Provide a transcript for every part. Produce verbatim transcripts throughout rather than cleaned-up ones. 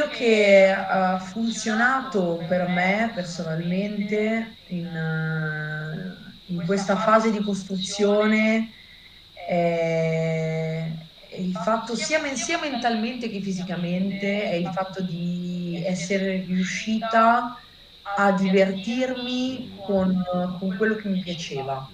quello che ha funzionato per me personalmente in, eh, in questa fase di costruzione è, è il fatto sia, men- sia mentalmente che fisicamente, è il fatto di essere riuscita a divertirmi con, con quello che mi piaceva.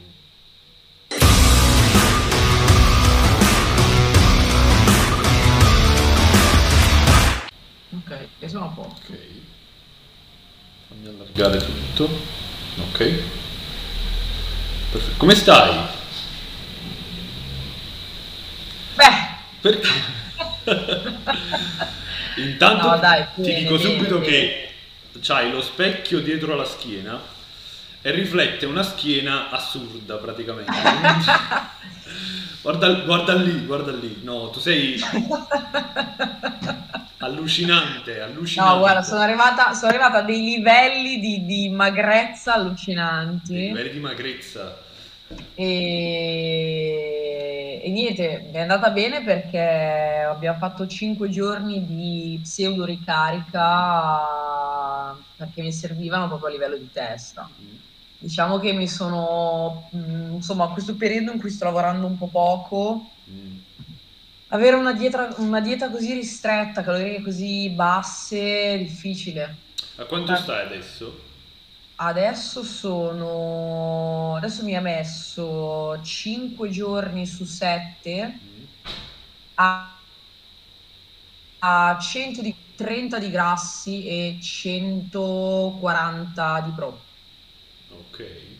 Ok, e sono a Ok, posto. fammi allargare tutto. Ok, perfetto. Come stai? Beh, Perché? no, Intanto dai, ti bene, dico bene, subito bene. che c'hai lo specchio dietro la schiena e riflette una schiena assurda praticamente. Quindi guarda, guarda lì, guarda lì. No, tu sei allucinante, No, guarda, allucinante. sono arrivata, sono arrivata a dei livelli di, di magrezza Dei allucinanti livelli di magrezza. e, e niente, mi è andata bene perché abbiamo fatto cinque giorni di pseudo ricarica perché mi servivano proprio a livello di testa. Diciamo che mi sono, mh, insomma, questo periodo in cui sto lavorando un po' poco. Mm. Avere una dieta, una dieta così ristretta, calorie così basse, è difficile. A quanto Cioè, stai adesso? adesso sono, adesso mi ha messo cinque giorni su sette a, a centotrenta di grassi e centoquaranta di pro. Ok.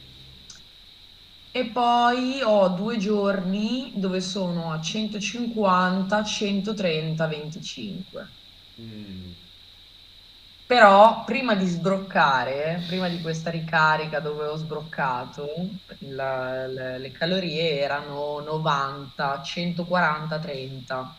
E poi ho due giorni dove sono a centocinquanta, centotrenta, venticinque. Mm. Però prima di sbroccare, prima di questa ricarica dove ho sbroccato, la- le, le calorie erano novanta, centoquaranta, trenta.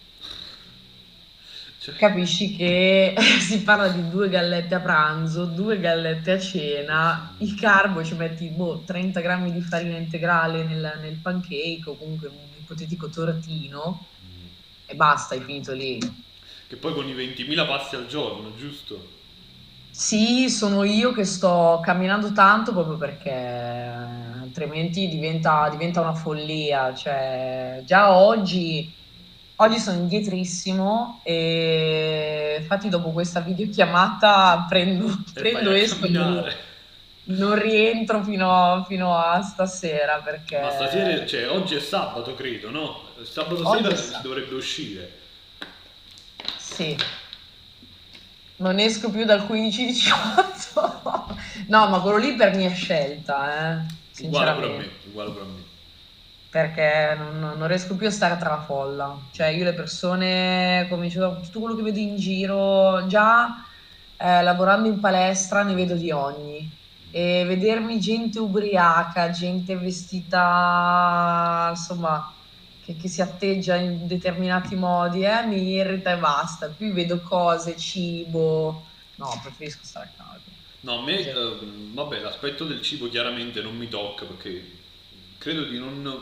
Cioè, Capisci che si parla di due gallette a pranzo, due gallette a cena, il carbo ci metti boh, trenta grammi di farina integrale nel, nel pancake o comunque un ipotetico tortino e basta, hai finito lì. che poi con i ventimila passi al giorno, giusto? Sì, sono io che sto camminando tanto proprio perché eh, altrimenti diventa, diventa una follia. Cioè, già oggi, oggi sono indietrissimo e infatti dopo questa videochiamata prendo, E vai prendo a esco e non, camminare. non rientro fino, fino a stasera Ma stasera, perché cioè, oggi è sabato, credo, no? Sabato oggi è sera si sa- dovrebbe uscire. Sì, non esco più dal quindici diciotto. No, ma quello lì per mia scelta, eh, Uguale pure a me, sinceramente, uguale pure a me. perché non, non riesco più a stare tra la folla. Cioè, io le persone, come dicevo, tutto quello che vedo in giro, già eh, lavorando in palestra ne vedo di ogni. E vedermi gente ubriaca, gente vestita, insomma, che, che si atteggia in determinati modi, eh, mi irrita e basta. Qui vedo cose, cibo. No, preferisco stare a casa. No, a me, Zero. ehm, vabbè, l'aspetto del cibo chiaramente non mi tocca perché credo di non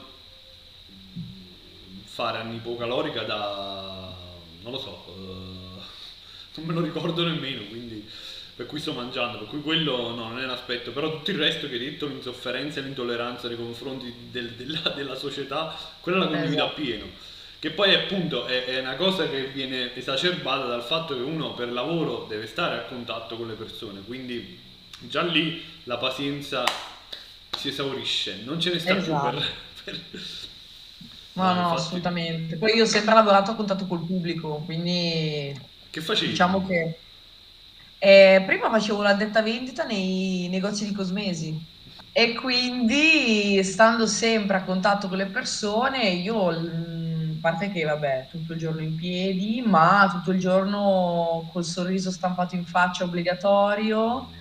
fare un'ipocalorica da... non lo so, eh, non me lo ricordo nemmeno, quindi per cui sto mangiando, per cui quello no, non è un aspetto, però tutto il resto che hai detto, l'insofferenza e l'intolleranza nei confronti del- della, della società, quella la condivido Esatto, appieno. Che poi appunto è, è una cosa che viene esacerbata dal fatto che uno per lavoro deve stare a contatto con le persone, quindi già lì la pazienza si esaurisce, non ce ne sta più per... esatto. per- No, No, no, infatti, assolutamente. Poi io ho sempre lavorato a contatto col pubblico, quindi che facevi? diciamo che eh, prima facevo l'addetta vendita nei negozi di cosmesi e quindi stando sempre a contatto con le persone, io, mm, a parte che vabbè, tutto il giorno in piedi, ma tutto il giorno col sorriso stampato in faccia obbligatorio,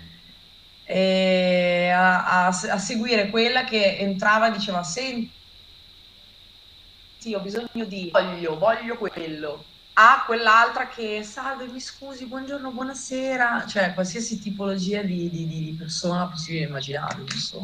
e a, a- a seguire quella che entrava e diceva, senti, sì, ho bisogno di, voglio, voglio quello. A quell'altra che, salve, mi scusi, buongiorno, buonasera, cioè qualsiasi tipologia di, di- di- di persona possibile e immaginabile, insomma.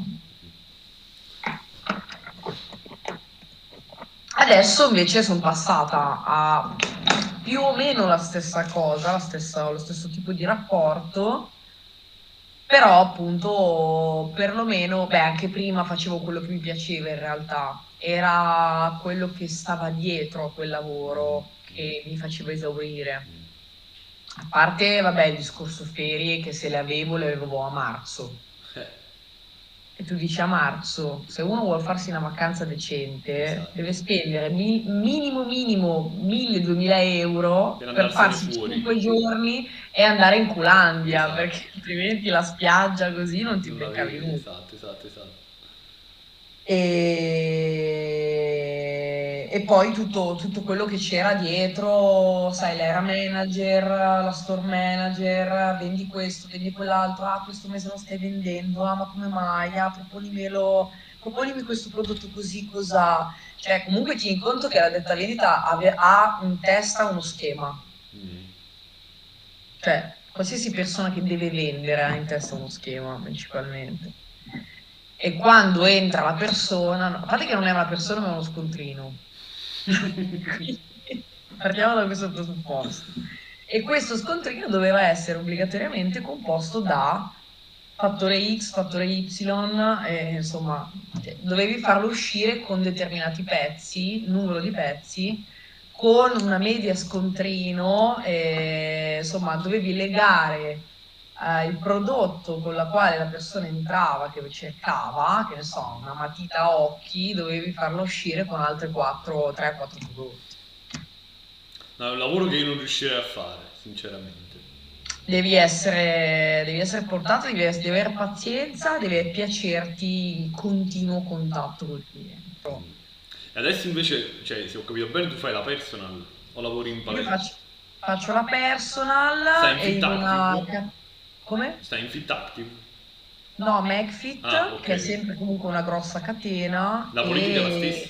Adesso invece sono passata a più o meno la stessa cosa, la stessa, lo stesso tipo di rapporto, però appunto perlomeno, beh, anche prima facevo quello che mi piaceva in realtà, era quello che stava dietro a quel lavoro che mi faceva esaurire. A parte, vabbè, il discorso ferie che se le avevo, le avevo a marzo. Eh, E tu dici a marzo, se uno vuole farsi una vacanza decente, esatto. deve spendere mi- minimo minimo mille-duemila euro Per per andarsene farsi fuori. cinque giorni e andare in Culandia, Esatto. perché altrimenti la spiaggia così non ti Non la beccavi vedi, nulla. esatto, esatto, esatto. E, e poi tutto, tutto quello che c'era dietro, sai, l'era manager, la store manager, vendi questo, vendi quell'altro, ah, questo mese lo stai vendendo, ah, ma come mai? Ah, proponimelo, proponimi questo prodotto così, cos'ha? Cioè, comunque tieni conto che la detta vendita ave- ha in testa uno schema, Mm. cioè, qualsiasi persona che deve vendere ha in testa uno schema, principalmente. E quando entra la persona, no, a parte che non è una persona ma è uno scontrino. Quindi, partiamo da questo presupposto. E questo scontrino doveva essere obbligatoriamente composto da fattore X, fattore Y, e, insomma, cioè, dovevi farlo uscire con determinati pezzi, numero di pezzi, con una media scontrino, e, insomma, dovevi legare eh, il prodotto con la quale la persona entrava, che cercava, che ne so, una matita a occhi, dovevi farla uscire con altre quattro, tre quattro prodotti. No, è un lavoro che io non riuscirei a fare, sinceramente. Devi essere, devi essere portato, devi, devi avere pazienza, deve piacerti il continuo contatto col cliente. E adesso invece, cioè, se ho capito bene, tu fai la personal o lavori in Io palestra? faccio, faccio la Stai personal in e Fit in una... Active? Come? Stai in Fit Active? No, Ah, McFit, ok. che è sempre comunque una grossa catena, La politica è la e stessa.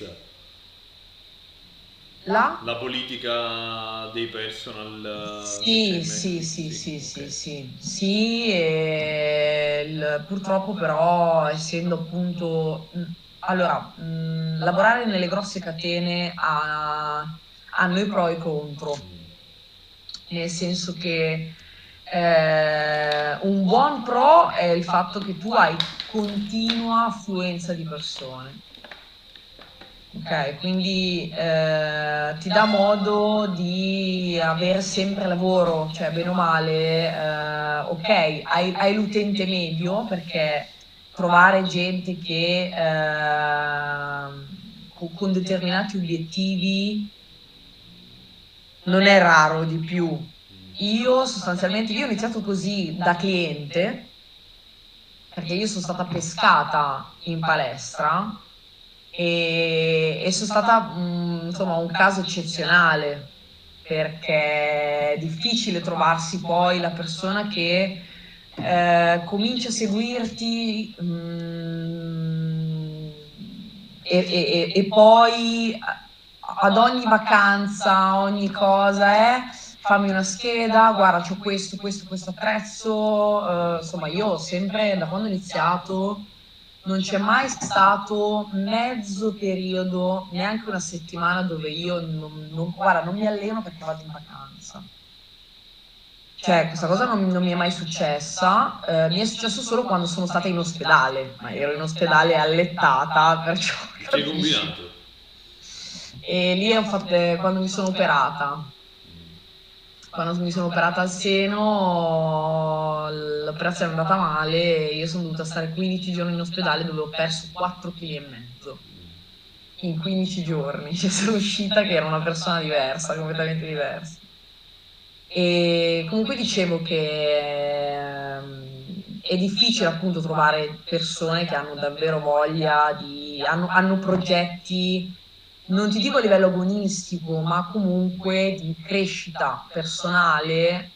là? La politica dei personal eh, che c'è Sì, in sì, McFit, sì, sì, sì, sì, ok. sì, sì, e il- purtroppo però essendo appunto, mh, allora, mh, lavorare nelle grosse catene ha, hanno i pro e i contro, nel senso che eh, un buon pro è il fatto che tu hai continua affluenza di persone. Ok, quindi eh, ti dà modo di avere sempre lavoro, cioè bene o male, eh, ok, hai, hai l'utente medio perché trovare gente che eh, co- con determinati obiettivi non è raro di più. Io sostanzialmente, io ho iniziato così da cliente, perché io sono stata pescata in palestra e, e sono stata mh, insomma un caso eccezionale perché è difficile trovarsi poi la persona che eh, comincia a seguirti mh, e, e- e poi ad ogni vacanza, ogni cosa è fammi una scheda, guarda, c'ho questo, questo, questo attrezzo, eh, insomma, io ho sempre, da quando ho iniziato, non c'è mai stato mezzo periodo, neanche una settimana, dove io non, non- guarda, non mi alleno perché vado in vacanza. Cioè, questa cosa non, non mi è mai successa, eh, mi è successo solo quando sono stata in ospedale, ma ero in ospedale allettata, perciò Che hai capisci. combinato? E lì ho fatto, eh, quando mi sono operata. Quando mi sono operata al seno, l'operazione è andata male e io sono dovuta stare quindici giorni in ospedale dove ho perso quattro chili e mezzo in quindici giorni. Cioè, sono uscita che ero una persona diversa, completamente diversa. E comunque dicevo che ehm, è difficile appunto trovare persone che hanno davvero voglia di, hanno, hanno progetti, non ti dico a livello agonistico, ma comunque di crescita personale,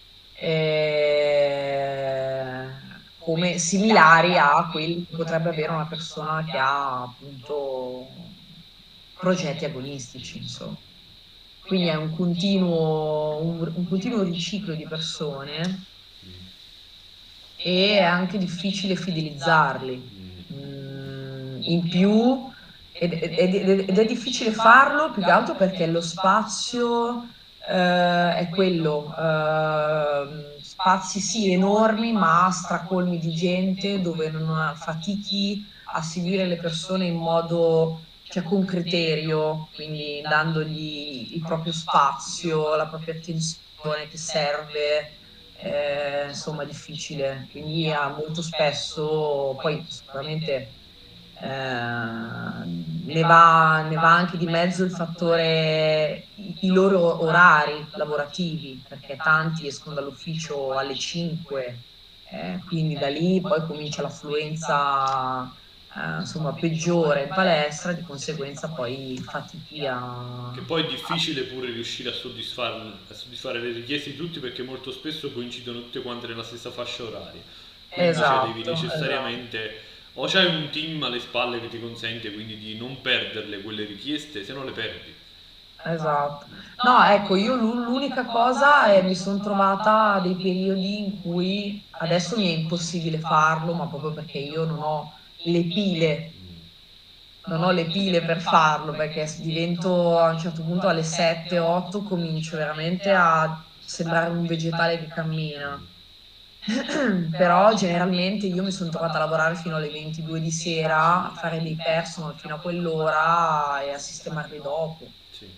eh, come similari a quelli che potrebbe avere una persona che ha appunto progetti agonistici, insomma. Quindi è un continuo, un, un continuo riciclo di persone e è anche difficile fidelizzarli. Mm, in più, ed, ed- ed- ed è difficile farlo più che altro perché lo spazio eh, è quello, eh, spazi sì enormi, ma stracolmi di gente dove non fatichi a seguire le persone in modo, cioè con criterio, quindi dandogli il proprio spazio, la propria attenzione che serve. Eh, insomma, difficile. Quindi ha molto spesso, poi sicuramente eh, ne va, ne va anche di mezzo il fattore, i, i loro orari lavorativi, perché tanti escono dall'ufficio alle cinque, eh, quindi da lì poi comincia l'affluenza, eh, insomma, peggiore in palestra, di conseguenza poi fatichi a... Che poi è a- difficile pure riuscire a soddisfare, a soddisfare le richieste di tutti perché molto spesso coincidono tutte quante nella stessa fascia oraria. Quindi cioè, devi Esatto, esatto. necessariamente o c'hai un team alle spalle che ti consente quindi di non perderle quelle richieste, se no le perdi. Esatto. No, ecco, io l'u- l'unica cosa è mi sono trovata a dei periodi in cui adesso mi è impossibile farlo, ma proprio perché io non ho le pile, non ho le pile per farlo, perché s- divento a un certo punto alle sette otto comincio veramente a sembrare un vegetale che cammina. Però generalmente io mi sono trovata a lavorare fino alle ventidue di sera, a fare dei personal fino a quell'ora e a sistemarli dopo. Sì.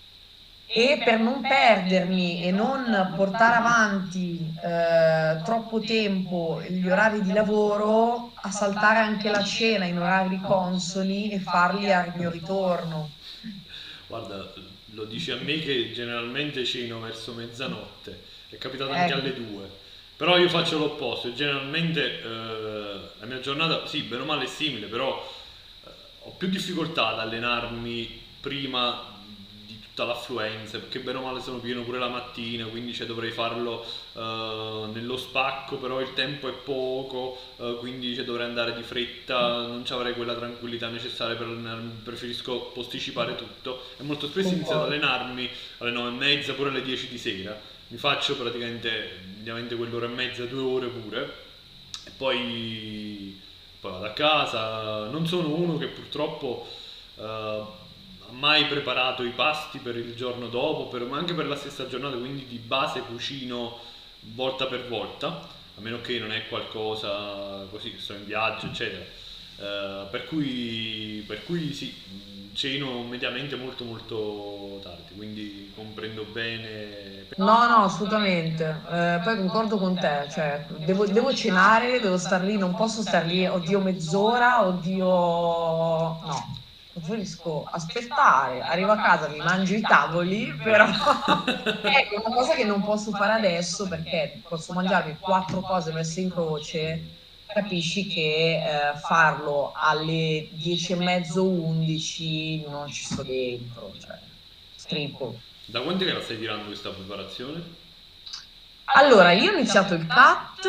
E per non perdermi e non portare avanti eh, troppo tempo gli orari di lavoro, a saltare anche la cena in orari consoni e farli al mio ritorno. Guarda, lo dici a me che generalmente ceno verso mezzanotte, è capitato anche Ecco, alle due. Però io faccio l'opposto, generalmente eh, la mia giornata, sì, bene o male è simile, però eh, ho più difficoltà ad allenarmi prima di tutta l'affluenza, perché bene o male sono pieno pure la mattina, quindi cioè, dovrei farlo eh, nello spacco, però il tempo è poco, eh, quindi cioè, dovrei andare di fretta, non ci avrei quella tranquillità necessaria per allenarmi, preferisco posticipare tutto e molto spesso inizio ad concordo. allenarmi alle nove e mezza, pure alle dieci di sera, mi faccio praticamente mediamente quell'ora e mezza, due ore pure, e poi, poi vado a casa, non sono uno che purtroppo eh, ha mai preparato i pasti per il giorno dopo, per- ma anche per la stessa giornata, quindi di base cucino volta per volta, a meno che non è qualcosa così che sto in viaggio, eccetera. Eh, per cui, per cui sì, mh, ceno mediamente molto molto tardi, quindi comprendo bene. No, no, assolutamente. Eh, poi concordo con te, cioè devo, devo cenare, devo star lì, non posso star lì, oddio mezz'ora, oddio... No, preferisco aspettare, arrivo a casa, mi mangio i tavoli, però ecco, una cosa che non posso fare adesso perché posso mangiarmi quattro cose messe in croce, capisci che eh, farlo alle dieci e mezzo, undici non ci sto dentro, cioè stripo. Da quanto è che la stai tirando questa preparazione? Allora, io ho iniziato il C A T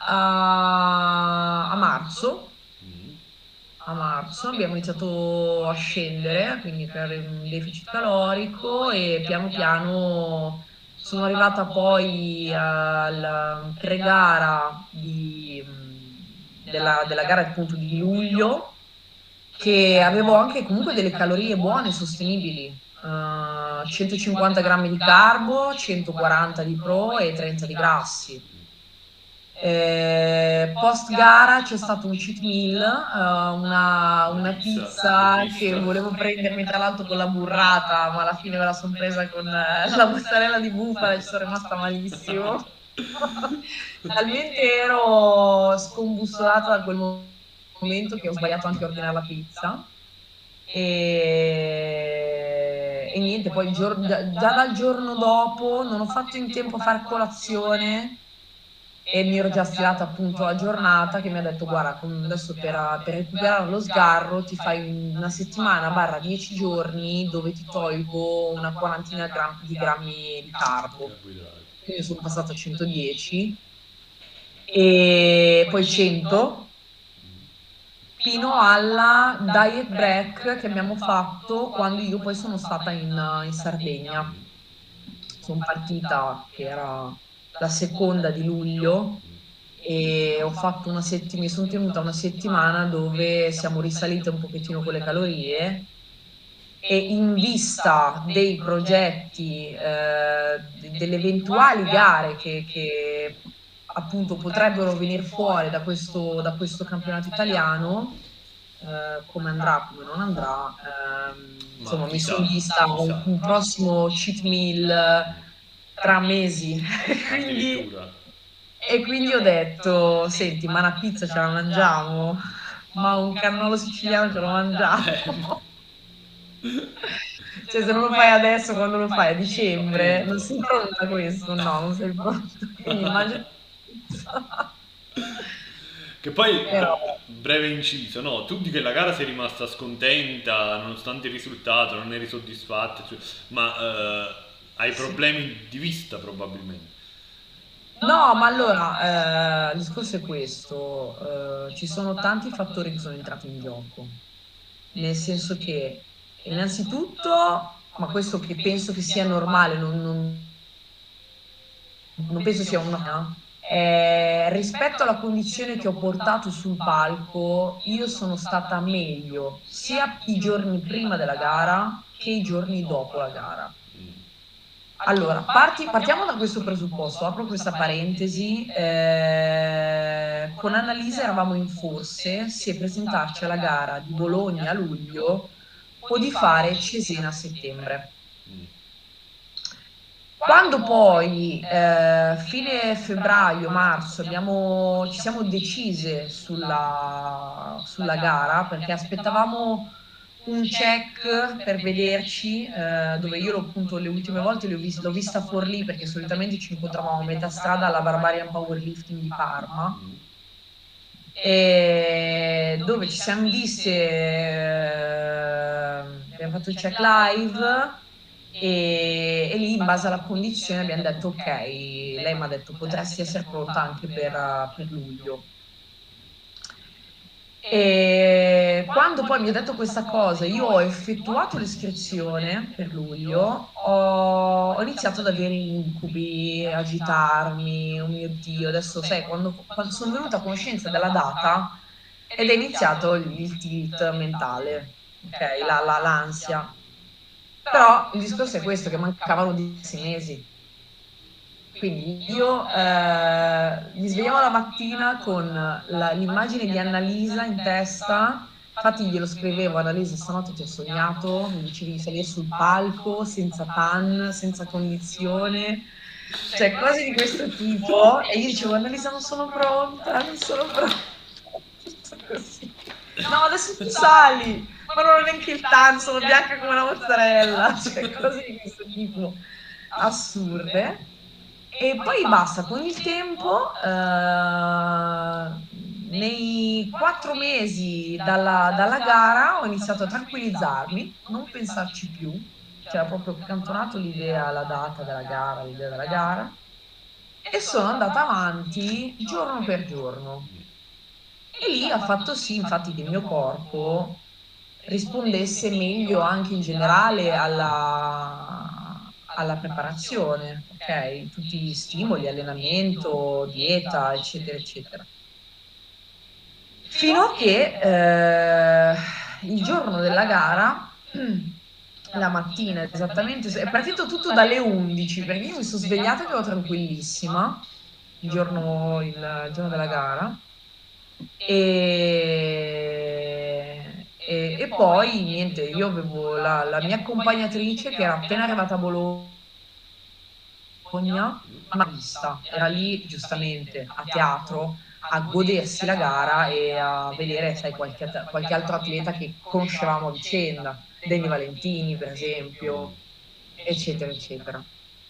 a, a marzo, Mm. a marzo, abbiamo iniziato a scendere, quindi a creare un deficit calorico e piano piano sono arrivata poi alla pre-gara di- della, della gara appunto di luglio, che avevo anche comunque delle calorie buone e sostenibili, eh, centocinquanta grammi di carbo, centoquaranta di pro e trenta di grassi. Eh, post gara c'è stato un cheat meal, eh, una, Una una pizza, l'ho pizza che vista. volevo prendermi tra l'altro con la burrata, ma alla fine me la sono presa con eh, la mozzarella di bufala e ci sono rimasta malissimo. Talmente ero scombussolata da quel momento che ho sbagliato anche a ordinare la pizza. E, e niente, poi il giorno- già, già dal giorno dopo non ho fatto in tempo a fare colazione e mi ero già stilata appunto la giornata che mi ha detto guarda, con- adesso per, per recuperare lo sgarro ti fai una settimana barra dieci giorni dove ti tolgo una quarantina gram- di grammi di carbo. Carboidrati. Quindi sono passata a centodieci e poi cento fino alla diet break che abbiamo fatto quando io poi sono stata in, in Sardegna. Sono partita, che era la seconda di luglio, e ho fatto una settimana, mi sono tenuta una settimana dove siamo risalite un pochettino con le calorie e in vista dei progetti, eh, de- delle eventuali gare che, che appunto potrebbero venire fuori da questo, da questo campionato italiano, eh, come andrà, come non andrà, ehm, Ma insomma mi sono chissà, vista un, chissà. un prossimo cheat meal tra mesi, quindi, Addirittura. e quindi ho detto, senti, ma una pizza ce la mangiamo? Ma un cannolo siciliano ce lo Eh, mangiamo? Cioè, se non lo fai adesso, quando lo fai? A dicembre? Non appunto. sei pronta a questo? No, non sei pronta. Quindi immagino pizza. Che poi, Però, bre- breve inciso, no, tu di che la gara sei rimasta scontenta nonostante il risultato, non eri soddisfatta, cioè- ma eh, hai sì. problemi di vista probabilmente. No, ma allora, eh, il discorso è questo, eh, ci sono tanti fattori che sono entrati in gioco, nel senso che innanzitutto, ma questo che penso che sia normale, non, non- non penso sia una... eh, rispetto alla condizione che ho portato sul palco, io sono stata meglio sia i giorni prima della gara che i giorni dopo la gara. Allora, parti- partiamo da questo presupposto, apro questa parentesi. Eh, con Annalisa eravamo in forse se presentarci alla gara di Bologna a luglio o di fare Cesena a settembre. Mm. Quando poi, eh, fine febbraio, marzo, abbiamo- ci siamo decise sulla, sulla gara perché aspettavamo un check per vederci, eh, dove io l'ho appunto le ultime volte l'ho vis- l'ho vista fuori lì perché solitamente ci incontravamo a metà strada alla Barbarian Powerlifting di Parma, e dove ci siamo viste, eh, abbiamo fatto il check live e, e lì in base alla condizione abbiamo detto ok, lei mi ha detto potresti essere pronta anche per, eh, per luglio. E quando poi mi ha detto questa cosa, io ho effettuato l'iscrizione per luglio, ho, ho iniziato ad avere incubi, agitarmi, oh mio Dio, adesso sai, quando, quando sono venuta a conoscenza della data ed è iniziato il, il tilt mentale, ok, la, la- l'ansia. Però il discorso è questo, che mancavano dieci mesi. Quindi io eh, mi svegliavo la mattina con la- l'immagine di Annalisa in testa, infatti glielo scrivevo: Annalisa, stanotte ti ho sognato, mi dicevi di salire sul palco senza tan, senza condizione, cioè cose di questo tipo. E io dicevo: Annalisa, non sono pronta, non sono pronta. Tutto così. No, adesso tu sali, ma non ho neanche il tan, sono bianca come una mozzarella, cioè cose di questo tipo assurde. E poi basta, con il tempo, eh, nei quattro mesi dalla, dalla gara ho iniziato a tranquillizzarmi, non pensarci più, cioè ho proprio accantonato l'idea, la data della gara, l'idea della gara, e sono andata avanti giorno per giorno. E lì ha fatto sì, infatti, che il mio corpo rispondesse meglio anche in generale alla, alla preparazione, ok? Tutti gli stimoli, allenamento, dieta, eccetera, eccetera. Fino a che eh, il giorno della gara, la mattina esattamente, è partito tutto dalle undici, perché io mi sono svegliata che ero tranquillissima il giorno, il giorno della gara. E, e- e poi niente, io avevo la, la mia accompagnatrice che era appena arrivata a Bologna, ma vista, era lì giustamente a teatro a godersi la gara e a vedere, sai, qualche, qualche altro atleta che conoscevamo a vicenda, Deni Valentini, per esempio, eccetera, eccetera.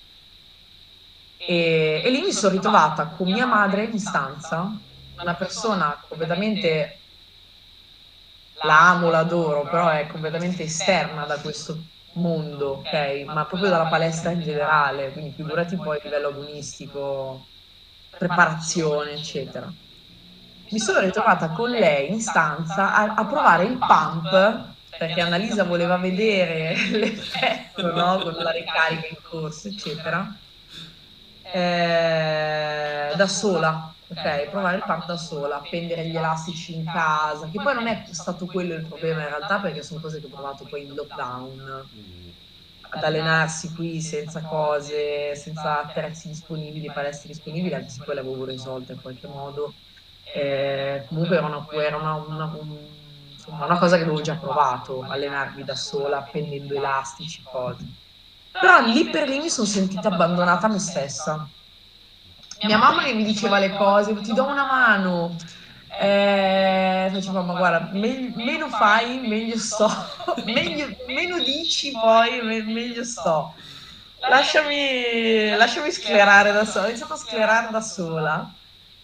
E, e lì mi sono ritrovata con mia madre in stanza, una persona completamente, la amo, l'adoro, però è completamente esterna da questo mondo, ok? Ma proprio dalla palestra in generale, quindi figurati poi a livello agonistico, preparazione, eccetera. Mi sono ritrovata con lei in stanza a, a provare il pump, perché Annalisa voleva vedere l'effetto, no? Con la ricarica in corso, eccetera, eh, da sola, ok? Provare il parto da sola, appendere gli elastici in casa, che poi non è stato quello il problema in realtà, perché sono cose che ho provato poi in lockdown, Mm. ad allenarsi qui senza cose, senza attrezzi disponibili, palestre disponibili, anche se poi le avevo risolte in qualche modo. Eh, comunque era una, era una, una- un- insomma, una cosa che avevo già provato, allenarmi da sola, appendendo elastici, cose. Però lì per lì mi sono sentita abbandonata a me stessa. Mia mamma che mi diceva le cose, ti do una mano. Eh, facevo, ma guarda, me- meno fai, meglio sto. Meglio- meno dici poi, me- meglio sto. Lasciami, lasciami sclerare da sola. Ho iniziato a sclerare da sola.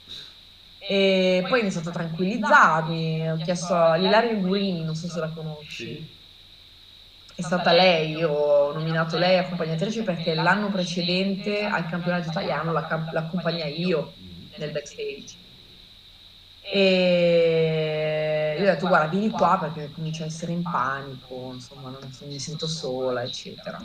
E poi ho iniziato a tranquillizzarmi. Ho chiesto a Ilaria Gurini, non so se la Sì. conosci. È stata lei, io ho nominato lei accompagnatrice perché l'anno precedente al campionato italiano la cam- l'accompagnai io Mm. nel backstage. E io ho detto, guarda, vieni qua perché comincio a essere in panico, insomma, non so, mi sento sola, eccetera.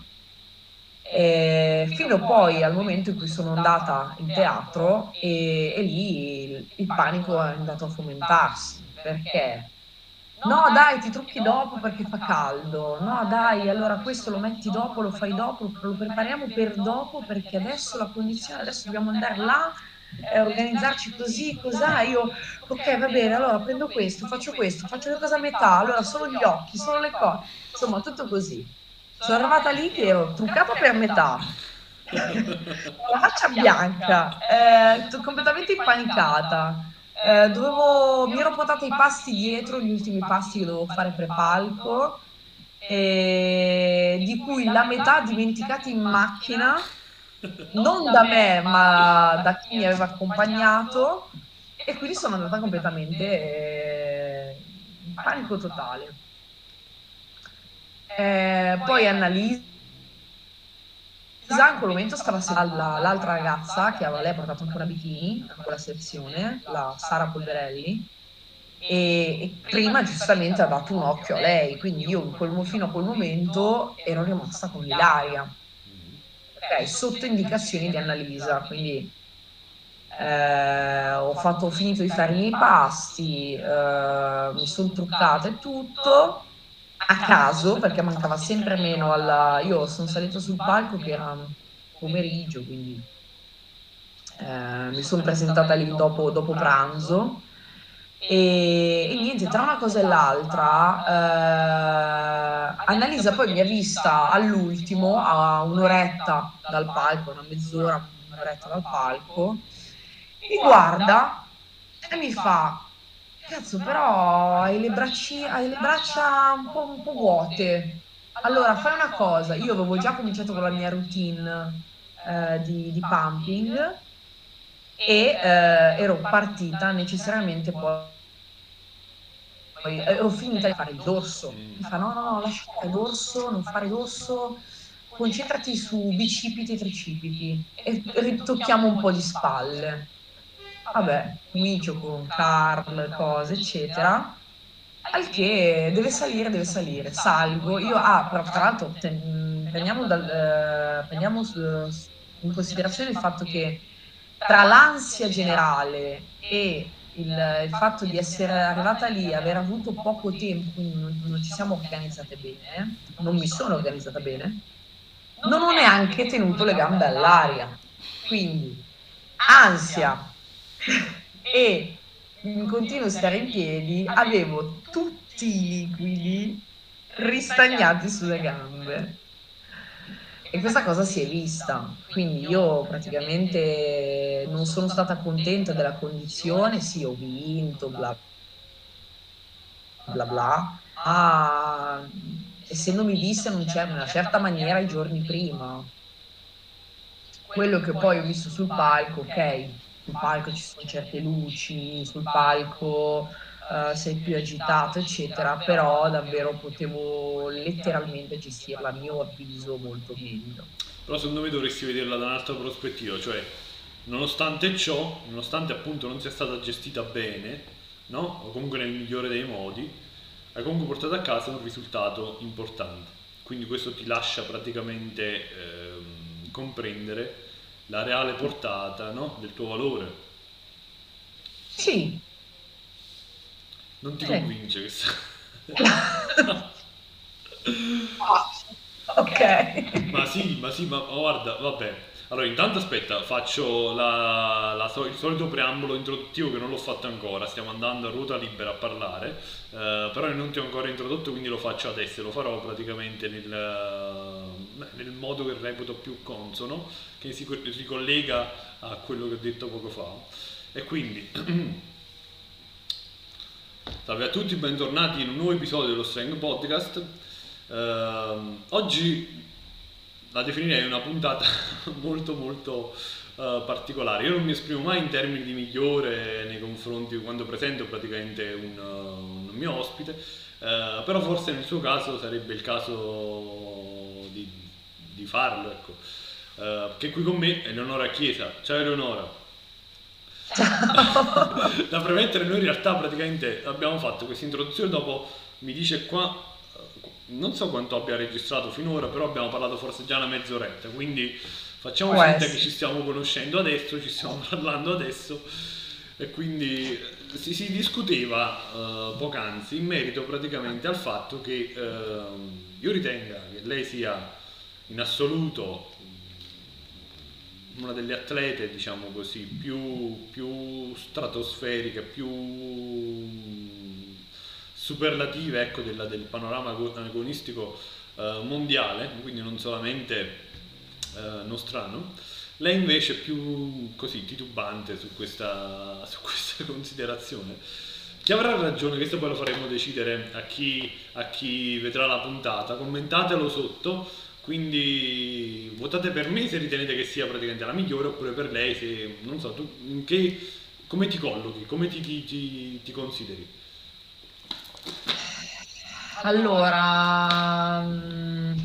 E fino poi al momento in cui sono andata in teatro e, e lì il, il panico è andato a fomentarsi. Perché? No, dai, ti trucchi dopo perché fa caldo. No, dai, allora questo lo metti dopo, lo fai dopo, lo prepariamo per dopo perché adesso la condizione, adesso dobbiamo andare là, eh, organizzarci così, cos'ha? Io, ok, va bene, allora prendo questo, faccio questo, faccio le cose a metà, allora solo gli occhi, solo le cose, insomma, tutto così. Sono arrivata lì che ero truccata per metà, con la faccia bianca, eh, t- completamente impanicata. Eh, dovevo, mi ero portata i pasti dietro, gli ultimi pasti che dovevo fare pre-palco, eh, di cui la metà dimenticati in macchina, non da me, ma da chi mi aveva accompagnato, e quindi sono andata completamente eh, in panico totale. Eh, poi Annalisa in quel momento stava seduta alla- l'altra ragazza che aveva lei ha portato anche una bikini a quella sezione, la Sara Polverelli, e, e prima giustamente ha dato un occhio a lei, quindi io in quel, mo- fino a quel momento ero rimasta con Ilaria, ok, sotto indicazioni di Annalisa, quindi eh, ho fatto, ho finito di fare i miei pasti, eh, mi sono truccata e tutto a caso perché mancava sempre meno alla... Io sono salita sul palco che era pomeriggio, quindi eh, mi sono presentata lì dopo, dopo pranzo e, e niente, tra una cosa e l'altra, eh, Annalisa poi mi ha vista all'ultimo, a un'oretta dal palco, una mezz'ora, un'oretta dal palco, mi guarda e mi fa, cazzo, però hai le bracci- hai le braccia un po', un po' vuote. Allora, fai una cosa, io avevo già cominciato con la mia routine eh, di, di pumping e eh, ero partita necessariamente poi, poi eh, ho finita di fare il dorso. Mm. Mi fa: no, no, no, lascia fare dorso, non fare dorso, concentrati su bicipiti e tricipiti e ritocchiamo un po' di spalle. Vabbè, comincio con Carl, cose, eccetera. Al che deve salire, deve salire. Salgo. Io, ah, però tra l'altro ten- prendiamo, dal, eh, prendiamo su- in considerazione il fatto che tra l'ansia generale e il, il fatto di essere arrivata lì, aver avuto poco tempo, quindi non, non ci siamo organizzate bene, non mi sono organizzata bene, non ho neanche tenuto le gambe all'aria. Quindi ansia e in continuo stare in piedi, avevo tutti i liquidi ristagnati sulle gambe. E questa cosa si è vista, quindi io praticamente non sono stata contenta della condizione, sì, ho vinto, bla bla bla, ma essendomi vista in un cer- in una certa maniera i giorni prima, quello che poi ho visto sul palco, ok, sul palco ci sono certe luci, sul palco eh, sei più agitato, eccetera, però davvero potevo letteralmente gestirla, a mio avviso, molto meglio. Però secondo me dovresti vederla da un'altra prospettiva, cioè nonostante ciò, nonostante appunto non sia stata gestita bene, no? O comunque nel migliore dei modi, hai comunque portato a casa un risultato importante. Quindi questo ti lascia praticamente ehm, comprendere la reale portata, no? Del tuo valore. Sì, Non ti sì. convince questa? Ah, ok. Ma sì, ma sì, ma ma guarda, vabbè. Allora, intanto aspetta, faccio la- la so- il solito preambolo introduttivo che non l'ho fatto ancora, stiamo andando a ruota libera a parlare, eh, però non ti ho ancora introdotto, quindi lo faccio adesso, e lo farò praticamente nel, nel modo che reputo più consono, che si co- si collega a quello che ho detto poco fa. E quindi, salve a tutti, bentornati in un nuovo episodio dello Strang Podcast. Ehm, oggi la definirei una puntata molto molto eh, particolare. Io non mi esprimo mai in termini di migliore nei confronti quando presento praticamente un, uh, un mio ospite, eh, però forse nel suo caso sarebbe il caso di, di farlo, ecco. Eh, che qui con me è Eleonora Chiesa. Ciao Eleonora. Ciao. Da premettere, noi in realtà praticamente abbiamo fatto questa introduzione, dopo mi dice qua, eh, non so quanto abbia registrato finora, però abbiamo parlato forse già una mezz'oretta, quindi facciamo Può finta che essere. ci stiamo conoscendo adesso, ci stiamo parlando adesso, e quindi eh, si, si discuteva eh, poc'anzi in merito praticamente al fatto che ehm, io ritenga che lei sia in assoluto una delle atlete, diciamo così, più, più stratosferiche, più superlative, ecco, della- del panorama ago- agonistico eh, mondiale, quindi non solamente eh, nostrano. Lei invece è più così titubante su questa, su questa considerazione. Chi avrà ragione, questo poi lo faremo decidere a chi, a chi vedrà la puntata. Commentatelo sotto, quindi votate per me se ritenete che sia praticamente la migliore, oppure per lei se, non so, tu in che, come ti collochi, come ti, ti, ti- ti consideri. Allora, mm,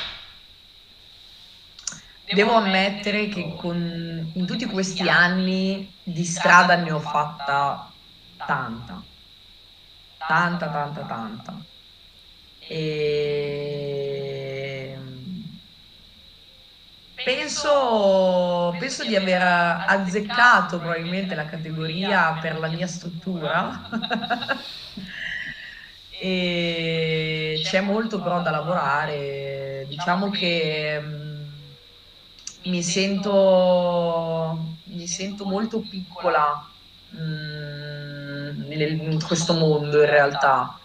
devo ammettere che con, in tutti questi anni di strada ne ho fatta tanta, tanta, tanta, tanta. E penso, penso di aver azzeccato probabilmente la categoria per la mia struttura. E c'è molto però da lavorare. Diciamo che mh, mi sento, mi sento molto piccola mh, nel- in questo mondo in realtà.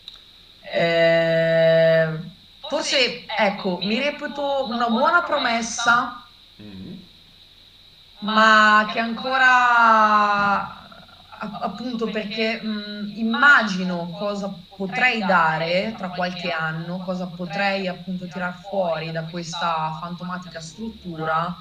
Eh, forse, ecco, mi reputo una buona promessa, Mm. ma che ancora, a- appunto, perché mh, immagino cosa potrei dare tra qualche anno, cosa potrei appunto tirar fuori da questa fantomatica struttura.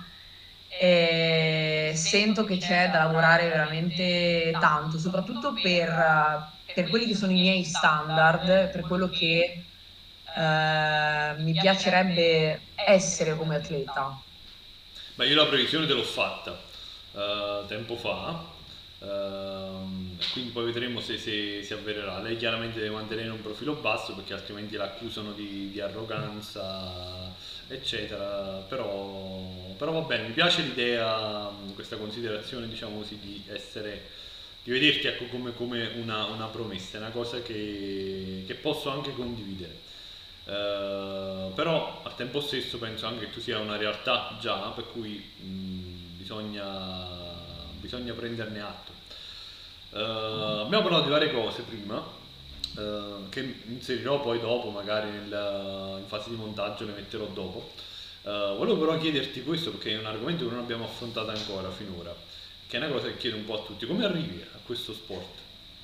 E sento che c'è da lavorare veramente tanto, soprattutto per, eh, per quelli che sono i miei standard, per quello che eh, mi piacerebbe essere come atleta. Beh, io la previsione te l'ho fatta eh, tempo fa, ehm, quindi poi vedremo se, se si avvererà. Lei chiaramente deve mantenere un profilo basso perché altrimenti la accusano di, di arroganza, eccetera. Però, però va bene, mi piace l'idea, mh, questa considerazione, diciamo così, di essere, di vederti ecco, come, come una, una promessa, è una cosa che, che posso anche condividere. Eh, però al tempo stesso penso anche che tu sia una realtà già, per cui mh, bisogna, bisogna prenderne atto. Eh, abbiamo parlato di varie cose prima, eh, che inserirò poi dopo, magari nel- in fase di montaggio le metterò dopo. Eh, volevo però chiederti questo perché è un argomento che non abbiamo affrontato ancora finora, che è una cosa che chiedo un po' a tutti. Come arrivi a questo sport?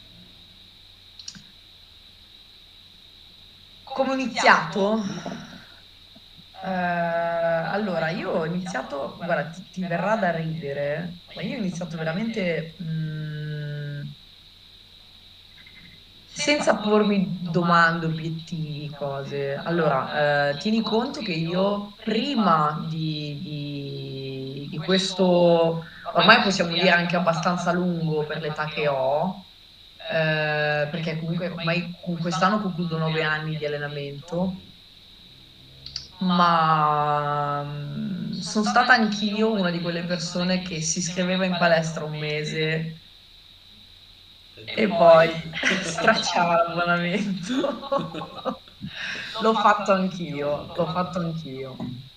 Come ho iniziato? Eh, allora, io ho iniziato, guarda, ti, ti verrà da ridere, ma io ho iniziato veramente mh, senza pormi domande, obiettivi, cose. Allora, eh, tieni conto che io prima di, di- di questo, ormai possiamo dire anche abbastanza lungo per l'età che ho, eh, perché comunque ormai con quest'anno concludo nove anni di allenamento, ma mm, sono stata anch'io una di quelle persone che si iscriveva in palestra un mese E e poi... poi stracciava l'abbonamento. L'ho fatto anch'io, l'ho fatto anch'io.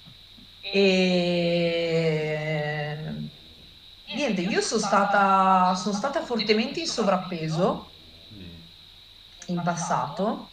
E niente, io sono stata, sono stata fortemente in sovrappeso Mm. in passato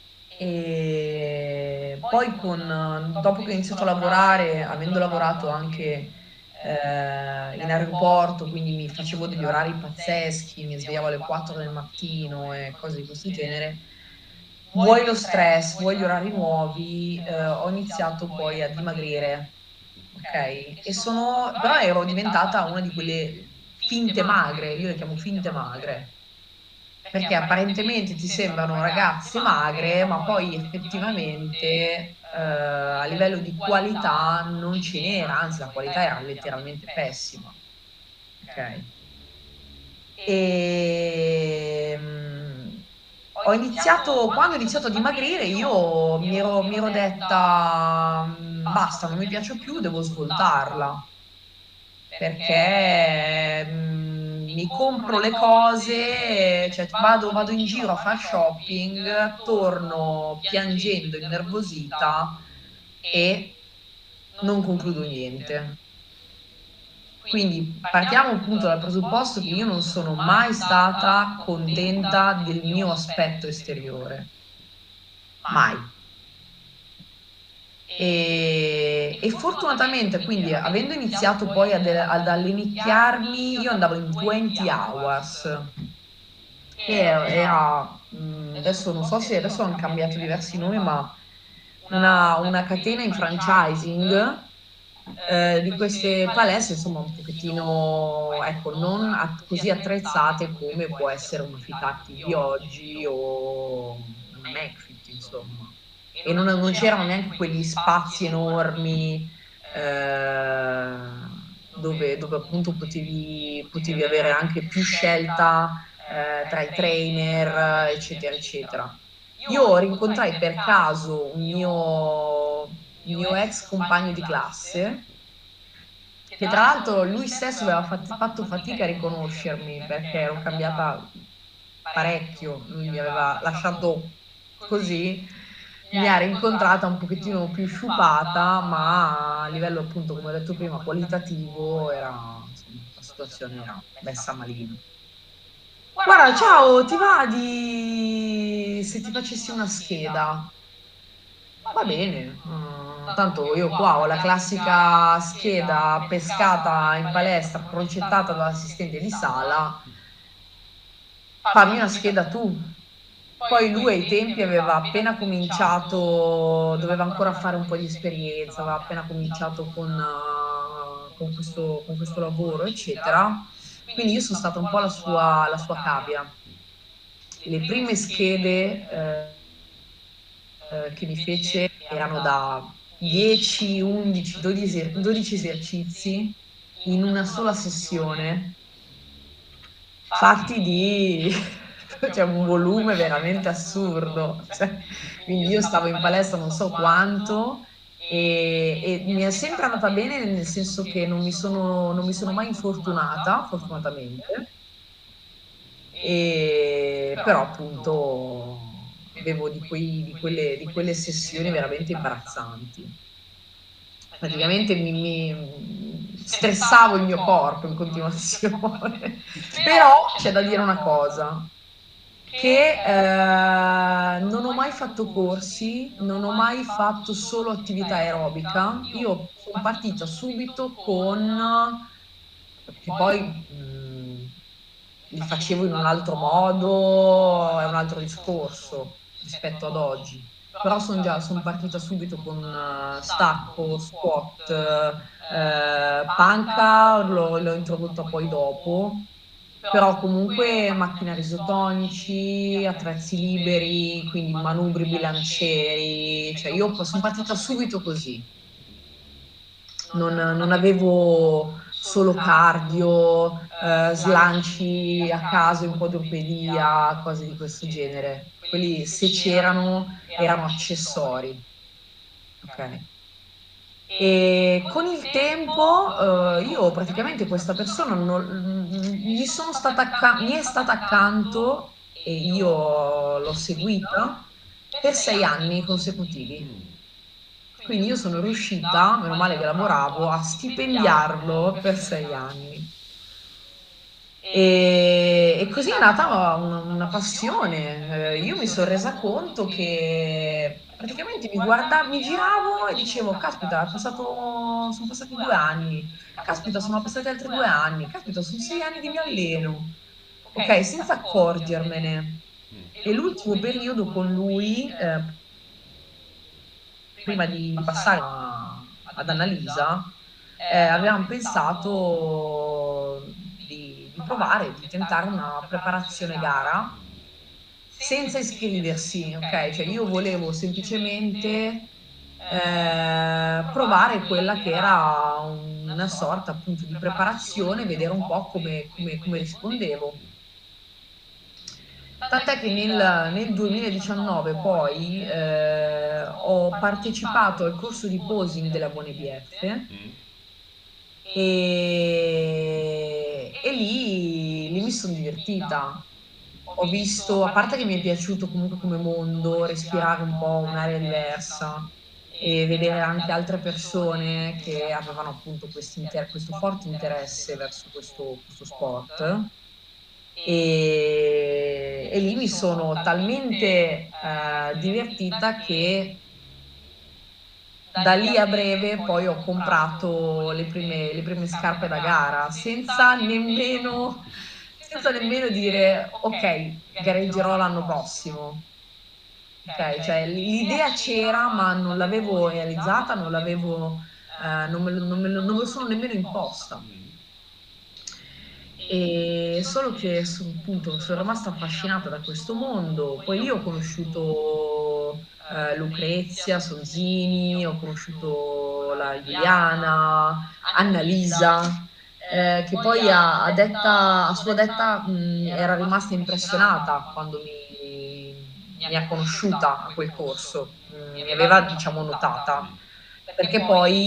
e poi con, dopo che ho iniziato a lavorare, avendo lavorato anche eh, in aeroporto, quindi mi facevo degli orari pazzeschi, mi svegliavo alle quattro del mattino e cose di questo genere. Vuoi lo stress, vuoi gli orari nuovi, eh, ho iniziato poi a dimagrire, ok? E sono, però ero diventata una di quelle finte magre, io le chiamo finte magre, perché apparentemente ti sembrano ragazze magre, ma poi effettivamente eh, a livello di qualità non ce n'era, anzi la qualità era letteralmente pessima, ok? E mm, ho iniziato, quando ho iniziato a dimagrire, io mi ero, mi ero detta, mm, basta, non mi piace più, devo svoltarla perché mm, mi compro le cose, cioè vado, vado in giro a fare shopping, torno piangendo, innervosita e non concludo niente. Quindi partiamo appunto dal presupposto che io non sono mai stata contenta del mio aspetto esteriore, mai. E, e fortunatamente, quindi, avendo iniziato poi ad, ad allenicchiarmi, io andavo in venti hours, che era, mh, adesso non so se adesso hanno cambiato diversi nomi, ma una, una catena in franchising eh, di queste palestre, insomma, un pochettino, ecco, non a- così attrezzate come può essere una Fit Active di oggi o una McFit, insomma. E non, non c'erano neanche quegli spazi enormi eh, dove, dove appunto potevi, potevi avere anche più scelta eh, tra i trainer, eccetera, eccetera. Io rincontrai per caso un mio, mio ex compagno di classe, che tra l'altro lui stesso aveva fat- fatto fatica a riconoscermi perché ero cambiata parecchio, lui mi aveva lasciato così, mi ha rincontrata un pochettino più sciupata, ma a livello appunto, come ho detto prima, qualitativo era, insomma, la situazione era messa malino. Guarda, ciao, ti va di se ti facessi una scheda? Va bene, mm, tanto io qua ho la classica scheda pescata in palestra, progettata dall'assistente di sala. Fammi una scheda tu. Poi lui ai tempi aveva appena cominciato, doveva ancora fare un po' di esperienza, aveva appena cominciato con, eh, con questo, con questo lavoro, eccetera. Quindi io sono stata un po' la sua, la sua cavia. Le prime schede eh, eh, che mi fece erano da dieci, undici, dodici, dodici esercizi in una sola sessione fatti di cioè, un volume veramente assurdo. Cioè, quindi io stavo in palestra non so quanto e, e mi è sempre andata bene nel senso che non mi sono, non mi sono mai infortunata, fortunatamente, e, però appunto avevo di, quei- di quelle, di quelle sessioni veramente imbarazzanti. Praticamente mi, mi stressavo il mio corpo in continuazione. Però c'è da dire una cosa, che eh, non ho mai fatto corsi, non ho mai fatto solo attività aerobica. Io sono partita subito con, che poi mh, li facevo in un altro modo, è un altro discorso rispetto ad oggi. Però sono già son partita subito con eh, stacco, squat, eh, panca, l'ho l'ho introdotta poi dopo, però comunque macchinari isotonici, attrezzi liberi, quindi manubri bilancieri, cioè io sono partita subito così. Non, non avevo solo cardio, eh, slanci a caso in quadrupedia, cose di questo genere. Quelli, se c'erano, erano accessori. Ok? E con il tempo eh, io praticamente questa persona non- gli sono stata acca- mi è stata accanto e io l'ho seguita per sei anni consecutivi. Mm. Quindi io sono riuscita, meno male che lavoravo, a stipendiarlo per sei anni. E, e così è nata una, una passione. Eh, io mi sono resa conto che praticamente mi guardavo, mi giravo e dicevo, caspita, è passato, sono passati due anni, caspita, sono passati altri due anni, caspita, sono sei anni che mi alleno, ok, senza accorgermene. E l'ultimo periodo con lui, eh, prima di passare a- ad Annalisa, eh, avevamo pensato di, di provare, di tentare una preparazione gara senza iscriversi, ok? Cioè io volevo semplicemente eh, provare quella che era una sorta appunto di preparazione, vedere un po' come, come- come rispondevo. Tant'è che nel, nel duemiladiciannove poi eh, ho partecipato al corso di posing della Buone B F Mm. e, e lì, lì mi sono divertita. Ho visto, a parte che mi è piaciuto comunque come mondo, respirare un po' un'aria diversa e vedere anche altre persone che avevano appunto questo questo forte interesse verso questo, questo sport. E, e lì mi sono talmente eh, divertita che da lì a breve poi ho comprato le prime, le prime scarpe da gara senza nemmeno, senza nemmeno dire ok, gareggerò l'anno prossimo. Ok, cioè l'idea c'era, ma non l'avevo realizzata, non l'avevo, eh, non me lo, non me lo- non me lo sono nemmeno imposta. E solo che su- appunto sono rimasta affascinata da questo mondo. Poi lì ho conosciuto eh, Lucrezia Sonzini, ho conosciuto la Giuliana, Annalisa, eh, che poi a, a detta- a sua detta mh, era rimasta impressionata quando mi, mi ha conosciuta a quel corso. Mm, mi aveva, diciamo, notata perché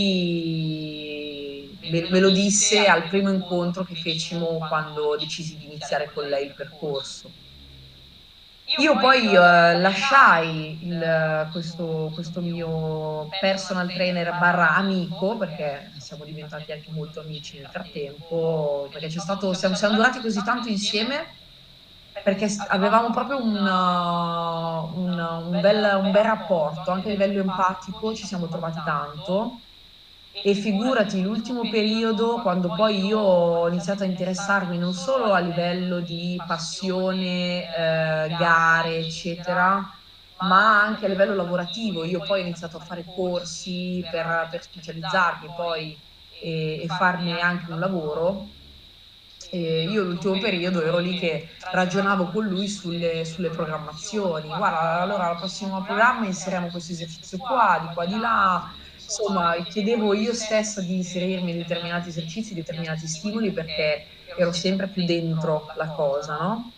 poi me, me lo disse al primo incontro che fecimo quando decisi di iniziare con lei il percorso. Io poi eh, lasciai il- questo, questo mio personal trainer barra amico, perché siamo diventati anche molto amici nel frattempo, perché c'è stato, siamo, siamo durati così tanto insieme perché s- avevamo proprio un, uh, un- un bel, un bel rapporto, anche a livello empatico ci siamo trovati tanto. E figurati, l'ultimo periodo, quando poi io ho iniziato a interessarmi non solo a livello di passione, eh, gare, eccetera, ma anche a livello lavorativo. Io poi ho iniziato a fare corsi per, per specializzarmi poi e, e farne anche un lavoro. E io l'ultimo periodo ero lì che ragionavo con lui sulle, sulle programmazioni. Guarda, allora al prossimo programma inseriamo questo esercizio qua, di qua, di là. Insomma, chiedevo io stessa di inserirmi in determinati esercizi, determinati stimoli perché ero sempre più dentro la cosa, no?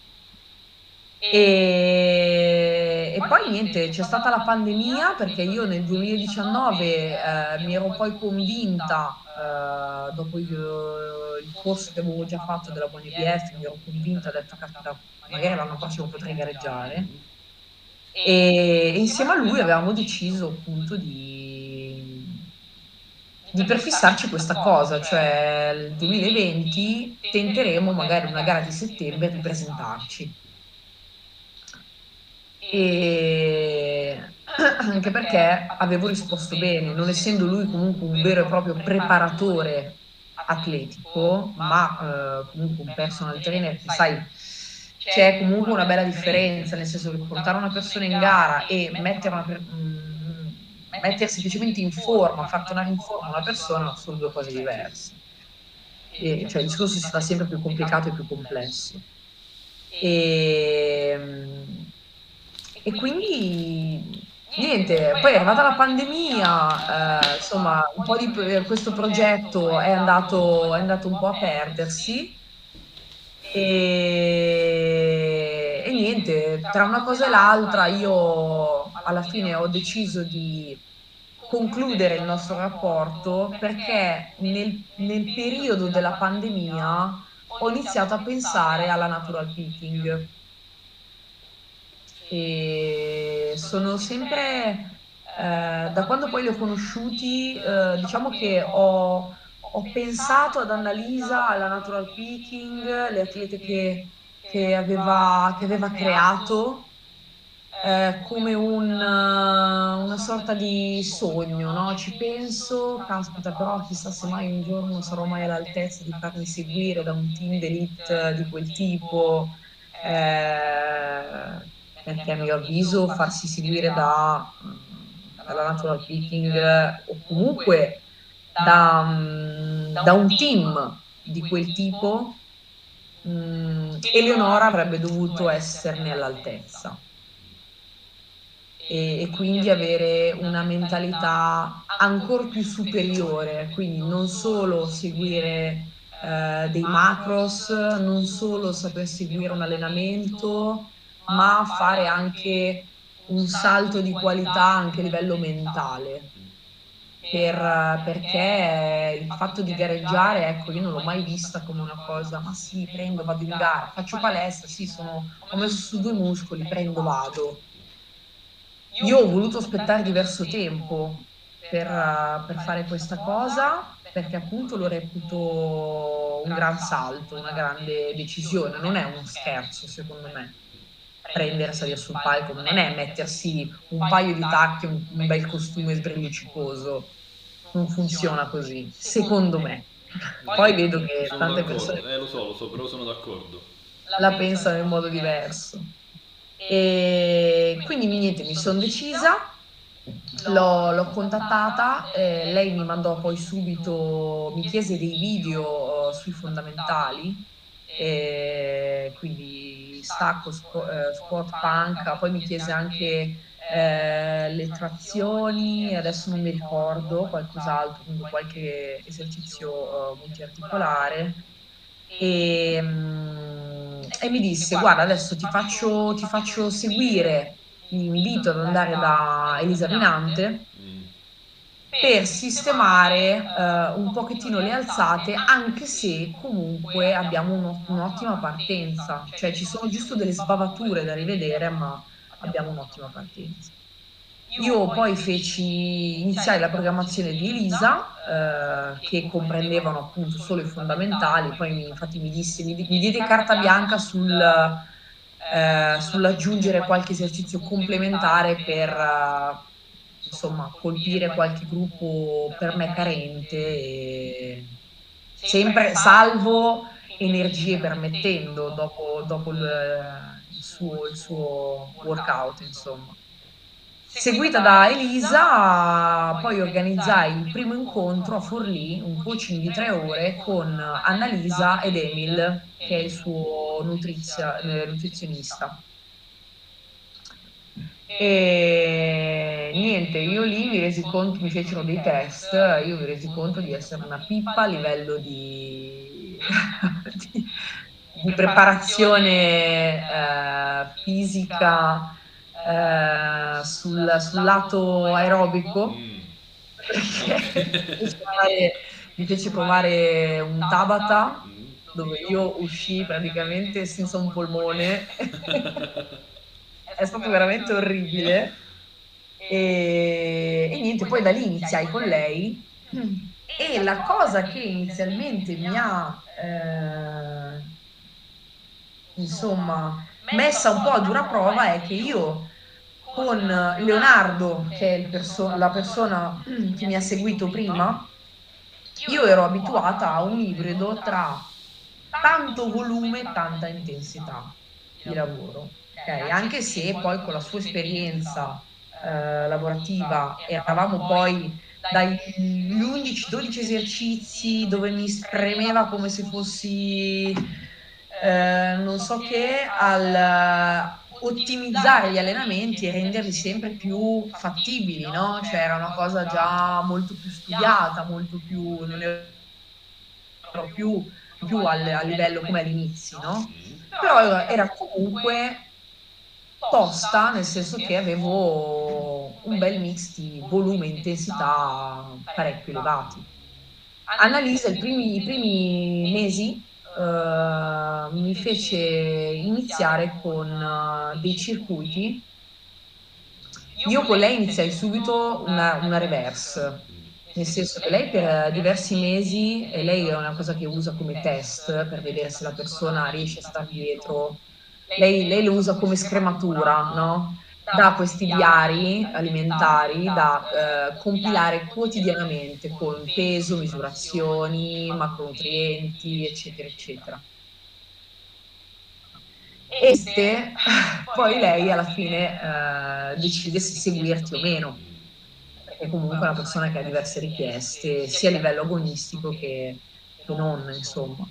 E, e poi niente, c'è stata la pandemia perché io nel duemiladiciannove eh, mi ero poi convinta, eh, dopo il, il corso che avevo già fatto della Buoni B F, mi ero convinta, ho detto, caspita, magari l'anno prossimo potrei gareggiare. E insieme a lui avevamo deciso appunto di, di prefissarci questa cosa, cioè il duemilaventi tenteremo magari una gara di settembre di presentarci. E anche perché avevo risposto bene, non essendo lui comunque un vero e proprio preparatore atletico, ma eh, comunque un personal trainer che sai, c'è comunque una bella differenza, nel senso che portare una persona in gara e mettere una per- mm, mettere semplicemente in forma, far tornare in forma una persona sono due cose diverse. E, cioè il discorso si fa sempre più complicato e più complesso. E, e quindi niente, poi è arrivata la pandemia, eh, insomma, un po' di questo progetto è andato, è andato un po' a perdersi. E, e niente, tra una cosa e l'altra io alla fine ho deciso di concludere il nostro rapporto perché nel, nel periodo della pandemia ho iniziato a pensare alla natural picking e sono sempre, eh, da quando poi li ho conosciuti, eh, diciamo che ho, ho pensato ad Annalisa, alla natural picking, le atlete che, che aveva, che aveva creato eh, come un, eh, una sorta di sogno, no? Ci penso, caspita, però chissà se mai un giorno sarò mai all'altezza di farmi seguire da un team d'elite di quel tipo, eh, perché a mio avviso farsi seguire da, mm, dalla natural picking eh, o comunque da, mm, da un team di quel tipo, mm, Eleonora avrebbe dovuto esserne all'altezza e, e quindi avere una mentalità ancora più superiore, quindi non solo seguire eh, dei macros, non solo saper seguire un allenamento, ma fare anche un salto di qualità anche a livello mentale. Per, perché il fatto di gareggiare, ecco, io non l'ho mai vista come una cosa, ma sì, prendo, vado in gara, faccio palestra, sì, sono, ho messo su due muscoli, prendo, vado. Io ho voluto aspettare diverso tempo per, eh, per fare questa cosa perché appunto lo reputo un gran salto, una grande decisione, non è uno scherzo secondo me. Prendere, salire sul palco non è mettersi un paio di tacchi, un, un bel costume sbrilluccicoso, non funziona così, secondo me. Poi vedo che Sono tante persone d'accordo, eh lo so, lo so, però sono d'accordo. la pensano in modo diverso. E quindi niente, mi sono decisa, l'ho l'ho contattata, eh, lei mi mandò poi subito, mi chiese dei video eh, sui fondamentali, eh, quindi stacco, squ- eh, squat, panca, poi mi chiese anche eh, le trazioni, adesso non mi ricordo, qualcos'altro, comunque qualche esercizio eh, multiarticolare e, mm, e mi disse: Guarda, adesso ti faccio, ti faccio seguire, ti invito ad andare da Elisa Minante Mm. per sistemare eh, un pochettino le alzate, anche se comunque abbiamo uno- un'ottima partenza, cioè ci sono giusto delle sbavature da rivedere, ma abbiamo un'ottima partenza. Io poi feci iniziare la programmazione di Elisa, eh, che comprendevano appunto solo i fondamentali, poi mi- infatti mi disse, mi, di- mi diede carta bianca sul, eh, sull'aggiungere qualche esercizio complementare per, eh, insomma, colpire qualche gruppo per me carente, e sempre salvo energie permettendo dopo, dopo il, il suo, il suo workout, insomma. Seguita da Elisa, poi organizzai il primo incontro a Forlì, un coaching di tre ore con Annalisa ed Emil, che è il suo nutrizia- eh, nutrizionista. E niente, io lì mi resi conto, mi fecero dei test, io mi resi conto di essere una pippa a livello di, di- di preparazione eh, fisica eh, sul, sul lato aerobico, Mm. perché mi Ok. fece provare, mi fece provare un Tabata Mm. dove io uscii praticamente senza un polmone. È stato veramente orribile. E, e niente, poi da lì iniziai con lei. E la cosa che inizialmente mi ha, eh, insomma, messa un po' a dura prova è che io con Leonardo, che è il perso- la persona che mi ha seguito prima, io ero abituata a un ibrido tra tanto volume e tanta intensità di lavoro, ok? Anche se poi con la sua esperienza eh, lavorativa eravamo poi dagli undici dodici esercizi dove mi spremeva come se fossi eh, non so che, al ottimizzare gli allenamenti e renderli sempre più fattibili, no? Cioè era una cosa già molto più studiata, molto più, non ero più, più al, a livello come all'inizio, no? Mm. Però era comunque tosta, nel senso che avevo un bel mix di volume e intensità parecchio elevati. Annalisa i primi i primi mesi, uhm, mi fece iniziare con eh, dei circuiti. Io con lei iniziai subito una una reverse, nel senso che lei per diversi mesi e lei è una cosa che usa come test per vedere se la persona riesce a star dietro, lei lei lo usa come scrematura, no, dà questi diari alimentari da, ehm, compilare quotidianamente con peso, misurazioni, macronutrienti, eccetera, eccetera. E se poi lei alla fine, ehm, decide se seguirti o meno, perché comunque è una persona che ha diverse richieste, sia a livello agonistico che che non, insomma.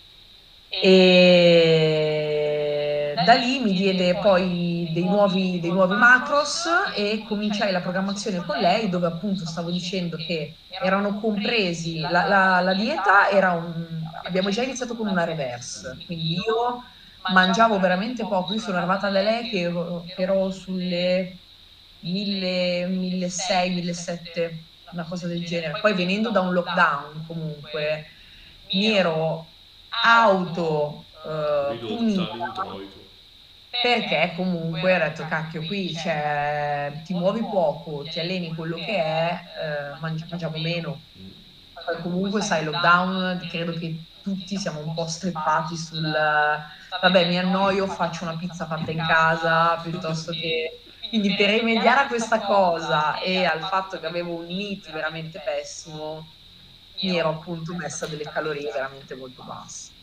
Ehm, da lì mi diede poi dei nuovi dei nuovi macros e cominciai la programmazione con lei, dove appunto stavo dicendo che erano compresi la la la dieta era un abbiamo già iniziato con una reverse, quindi io mangiavo veramente poco. Io sono arrivata da lei che ero che ero sulle mille, milleseicento, millesettecento, una cosa del genere. Poi venendo da un lockdown comunque, mi ero auto, uhm, Ridotta punita all'introito. perché comunque ho detto: "Cacchio qui cioè ti muovi poco, ti alleni quello che è, ehm, mangi mangiamo meno". Poi comunque sai lockdown credo che tutti siamo un po' streppati sul: "Vabbè mi annoio, faccio una pizza fatta in casa", piuttosto che quindi per rimediare a questa cosa e al fatto che avevo un N I T veramente pessimo, mi ero appunto messa delle calorie veramente molto basse.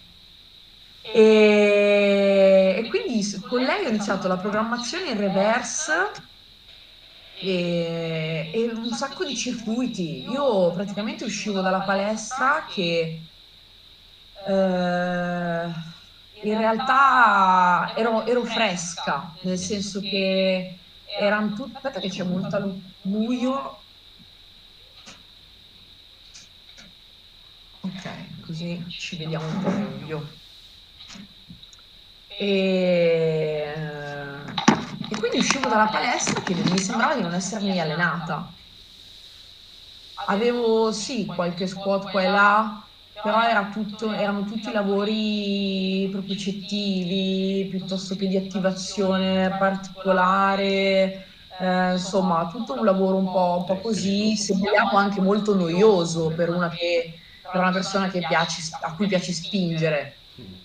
Ehm, e quindi s con lei ho iniziato la programmazione in reverse, ehm, e un sacco di circuiti. Io praticamente uscivo dalla palestra che, uhm, in realtà ero ero fresca, nel senso che eran tut aspetta che c'è molta lu buio. Okay, così ci vediamo un po' meglio. Ehm, e quindi uscivo dalla palestra che mi sembrava di non essermi allenata. Avevo sì, qualche squat qua e là, però era tutto erano tutti lavori propriocettivi, piuttosto che di attivazione particolare, ehm, insomma tutto un lavoro un po' un po' così, Tecnico. se vogliamo anche molto noioso per una che per una persona che piace s a cui piace spingere.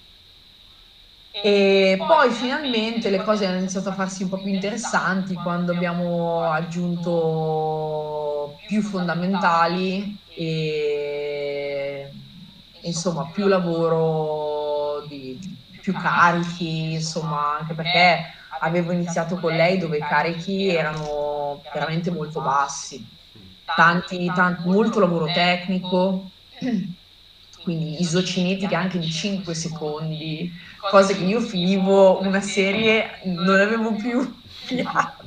E poi finalmente le cose hanno iniziato a farsi un po' più interessanti quando abbiamo aggiunto più fondamentali, ehm, e insomma più lavoro di più carichi, insomma, anche perché avevo iniziato con lei dove i carichi erano veramente molto bassi. Tanti tan molto lavoro tecnico, quindi isocinetica anche di cinque secondi, cose che io finivo una serie, non avevo più fiato.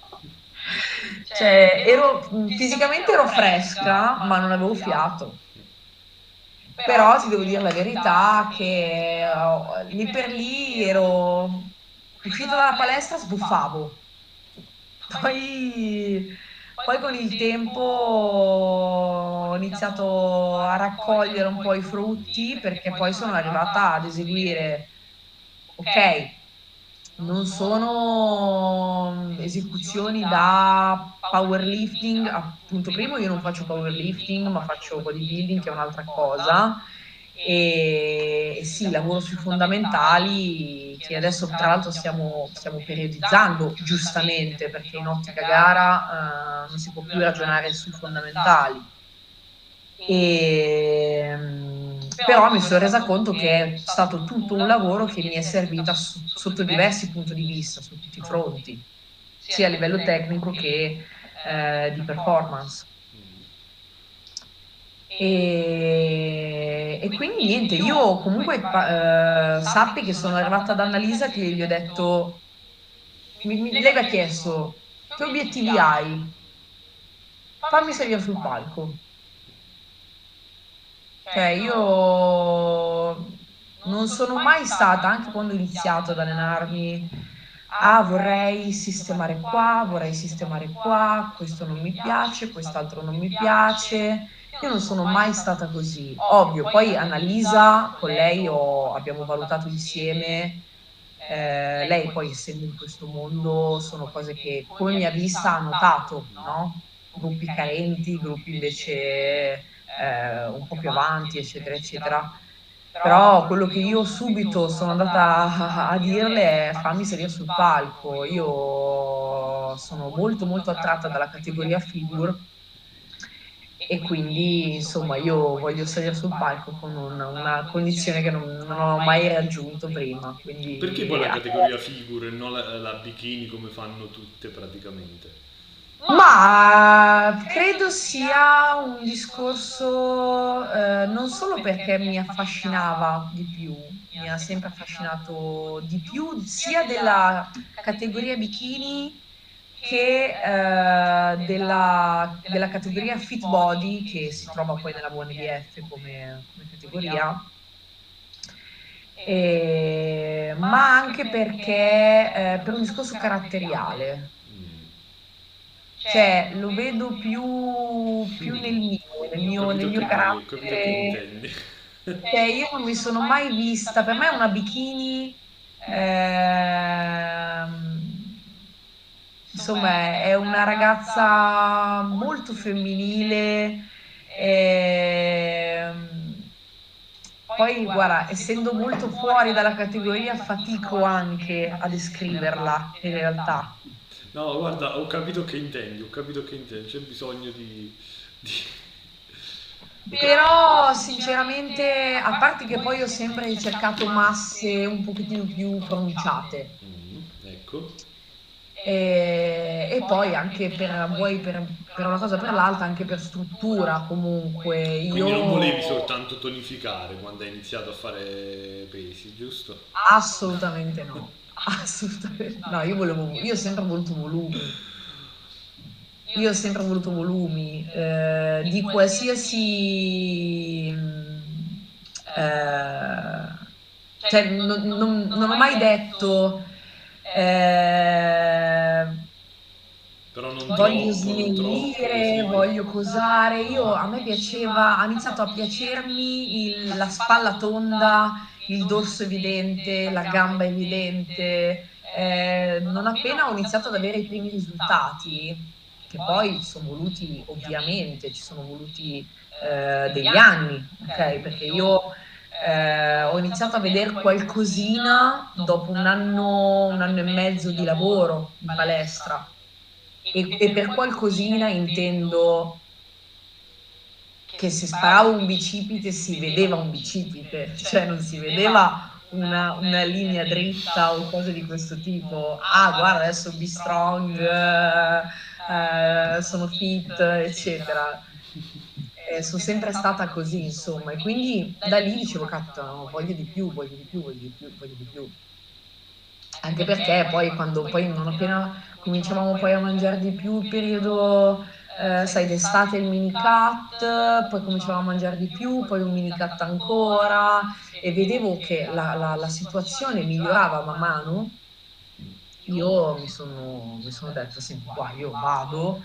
Cioè ero mhmm, fisicamente ero fresca, ma non avevo fiato. Però ti devo dir la verità che ho lì per lì ero uscita dalla palestra sbuffavo. Poi poi con il tempo ho iniziato a raccogliere un po' i frutti, perché poi sono arrivata ad eseguire okay, non sono, mhmm, esecuzioni da powerlifting, appunto primo io non faccio powerlifting, ma faccio bodybuilding che è un'altra cosa, ehm, e sì, lavoro sui fondamentali che adesso tra l'altro stiamo stiamo periodizzando, giustamente, perché in ottica gara, uhm, non si può più ragionare sui fondamentali. Ehm, però mi son resa conto che è stato tutto un lavoro che mi è servita s sotto diversi punti di vista, su tutti i fronti, sia a livello tecnico che, ehm, di performance. Ehm, e quindi niente, io comunque pa ehm, sappi che sono arrivata da Annalisa che gli ho detto mi mi lei m'ha chiesto: "Che obiettivi hai? Fammi salir sul palco". Cioè io non sono mai stata, anche quando ho iniziato ad allenarmi, ah, vorrei sistemare qua, vorrei sistemare qua, questo non mi piace, quest'altro non mi piace. Io non sono mai stata così. Ovvio, poi Annalisa, con lei ho abbiamo valutato insieme, ehm, lei poi essendo in questo mondo sono cose che, come mi ha vista, ha notato, no, gruppi carenti, gruppi invece, ehm, un po' più avanti, eccetera, eccetera. Però quello che io subito sono andata a a dirle è: "Fammi salire sul palco". Io sono molto, molto attratta dalla categoria figure e quindi insomma io voglio salire sul palco con un una condizione che non non ho mai raggiunto prima, Perché poi quindi la a categoria figure e non la, la bikini come fanno tutte praticamente? Ma credo sia un discorso, ehm, non solo perché mi affascinava di più, mi ha sempre affascinato di più sia della categoria bikini che, ehm, della della categoria fit body che si trova poi nella V N B F come come categoria. Ehm, ma anche perché, ehm, per un discorso caratteriale. Mm. Cioè, lo vedo più più nel mio nel Ho mio nel capito mio che ho capito che carattere. intendi. Cioè, io non mi sono mai vista per me una bikini, ehm, insomma è è una ragazza molto femminile, ehm, poi guarda, essendo molto fuori dalla categoria fatico anche a descriverla in realtà. No, guarda, ho capito che intendi, ho capito che intendi, c'è bisogno di... di... ho cap- Però sinceramente, a parte che poi ho sempre ricercato masse un pochettino più pronunciate, Mm, ecco. ehm, e poi anche per vuoi per per una cosa o per l'altra, anche per struttura comunque. Quindi non volevi Io soltanto tonificare quando hai iniziato a fare pesi, giusto? assolutamente no, assolutamen no, io volevo io ho sempre voluto volumi. Io ho sempre voluto volumi, ehm, di qualsiasi, mhmm, ehm, cioè non non non ho mai detto, ehm Però non voglio troppo, non troppo snellire, così. voglio cosare. Io a me piaceva ha iniziato a piacermi il la spalla tonda, il dorso evidente, la gamba evidente. Ehm, non appena ho iniziato ad avere i primi risultati, che poi son voluti ovviamente, ci sono voluti, ehm, degli anni, okay, perché io, ehm, ho iniziato a veder qualcosina dopo un anno un anno e mezzo di lavoro in palestra. E e per qualcosina intendo che se sparavo un bicipite si vedeva un bicipite, cioè non si vedeva una una linea dritta o cose di questo tipo. "Ah, guarda adesso be strong, ehm, sono fit", eccetera. Ehm, son sempre stata così insomma e quindi da lì dicevo: "Caspita, no, voglio di più, voglio di più, voglio di più, voglio di più". Anche perché poi quando poi non appena cominciavamo poi a mangiare di più il periodo, ehm, sai d'estate il mini cut, poi cominciavamo a mangiare di più, poi un mini cut ancora e vedevo che la la la situazione migliorava man mano, io mi sono mi sono detta: "Senti qua, io vado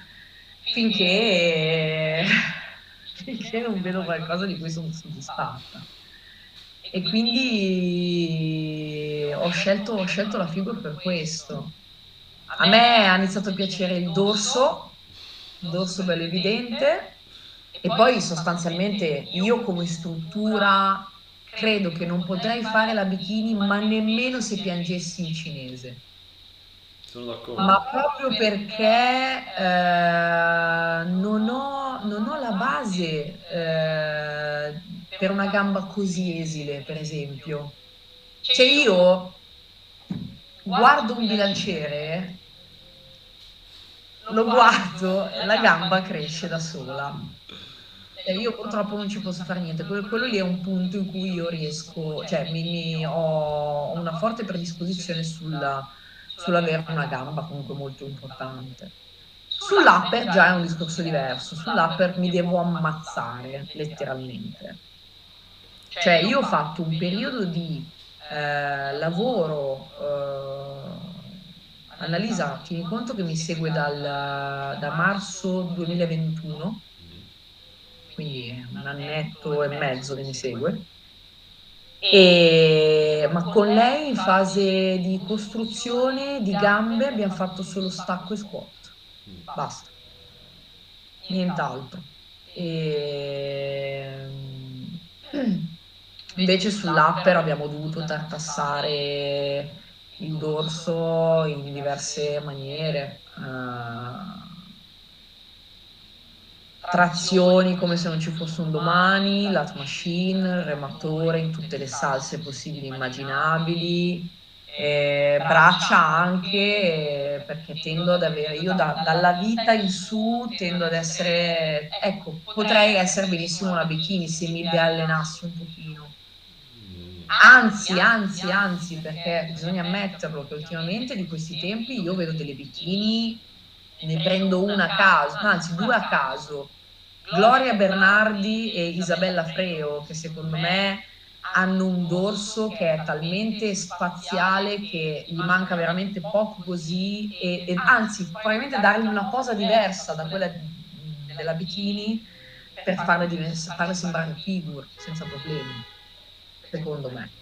finché finché non vedo qualcosa di cui sono soddisfatta". E quindi ho scelto ho scelto la figure per questo. A me ha iniziato a piacere il dorso, dorso bello evidente e poi sostanzialmente io come struttura credo che non potrei fare la bikini, ma nemmeno se piangessi in cinese. Sono Ma d'accordo. proprio perché, ehm, non ho non ho la base, ehm, per una gamba così esile, per esempio. Cioè io guardo un bilanciere, lo guardo e la gamba cresce da sola. Cioè io purtroppo non ci posso fare niente. Que quello lì è un punto in cui io riesco cioè mi mi ho ho una forte predisposizione sulla sull'avere una gamba comunque molto importante. Sull'upper già è un discorso diverso, sull'upper mi devo ammazzare letteralmente. Cioè io ho fatto un periodo di, ehm, lavoro, uhm, Annalisa, tieni conto che mi segue dal, da marzo duemilaventuno, quindi è un annetto e mezzo che mi segue. E- ma con lei in fase di costruzione di gambe abbiamo fatto solo stacco e squat, basta, nient'altro. E... Invece sull'upper abbiamo dovuto tartassare il dorso in diverse maniere. eh, trazioni come se non ci fosse un domani, lat machine, rematore in tutte le salse possibili e immaginabili, eh, braccia anche, eh, perché tendo ad avere, io da- dalla vita in su tendo ad essere, ecco, potrei essere benissimo una bikini se mi riallenassi un pochino. Anzi, anzi, anzi, perché bisogna ammetterlo che ultimamente di questi tempi io vedo delle bikini, ne prendo una a caso, no, anzi due a caso, Gloria Bernardi e Isabella Freo, che secondo me hanno un dorso che è talmente spaziale che gli manca veramente poco così, e, e anzi, probabilmente dargli una posa diversa da quella della bikini per farle, divers- farle sembrare figure senza problemi, secondo me.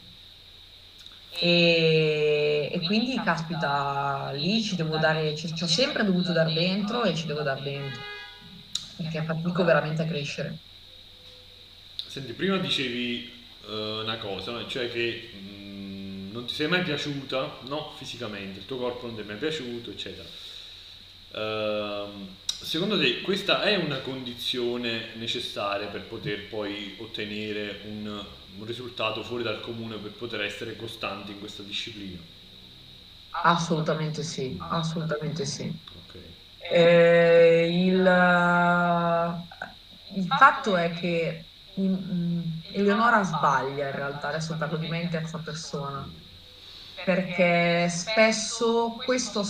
E, e quindi, caspita, lì ci devo dare, ci, ci ho sempre dovuto dar dentro e ci devo dar dentro, perché fatico veramente a crescere. Senti, prima dicevi eh, una cosa, no? Cioè che mm, non ti sei mai piaciuta, no? Fisicamente, il tuo corpo non ti è mai piaciuto, eccetera. Ehm, secondo te questa è una condizione necessaria per poter poi ottenere un, un risultato fuori dal comune, per poter essere costanti in questa disciplina? Assolutamente sì, assolutamente sì. Ok. Eh, il, il fatto è che mm, Eleonora sbaglia in realtà, adesso parlo di me in terza persona, perché spesso questo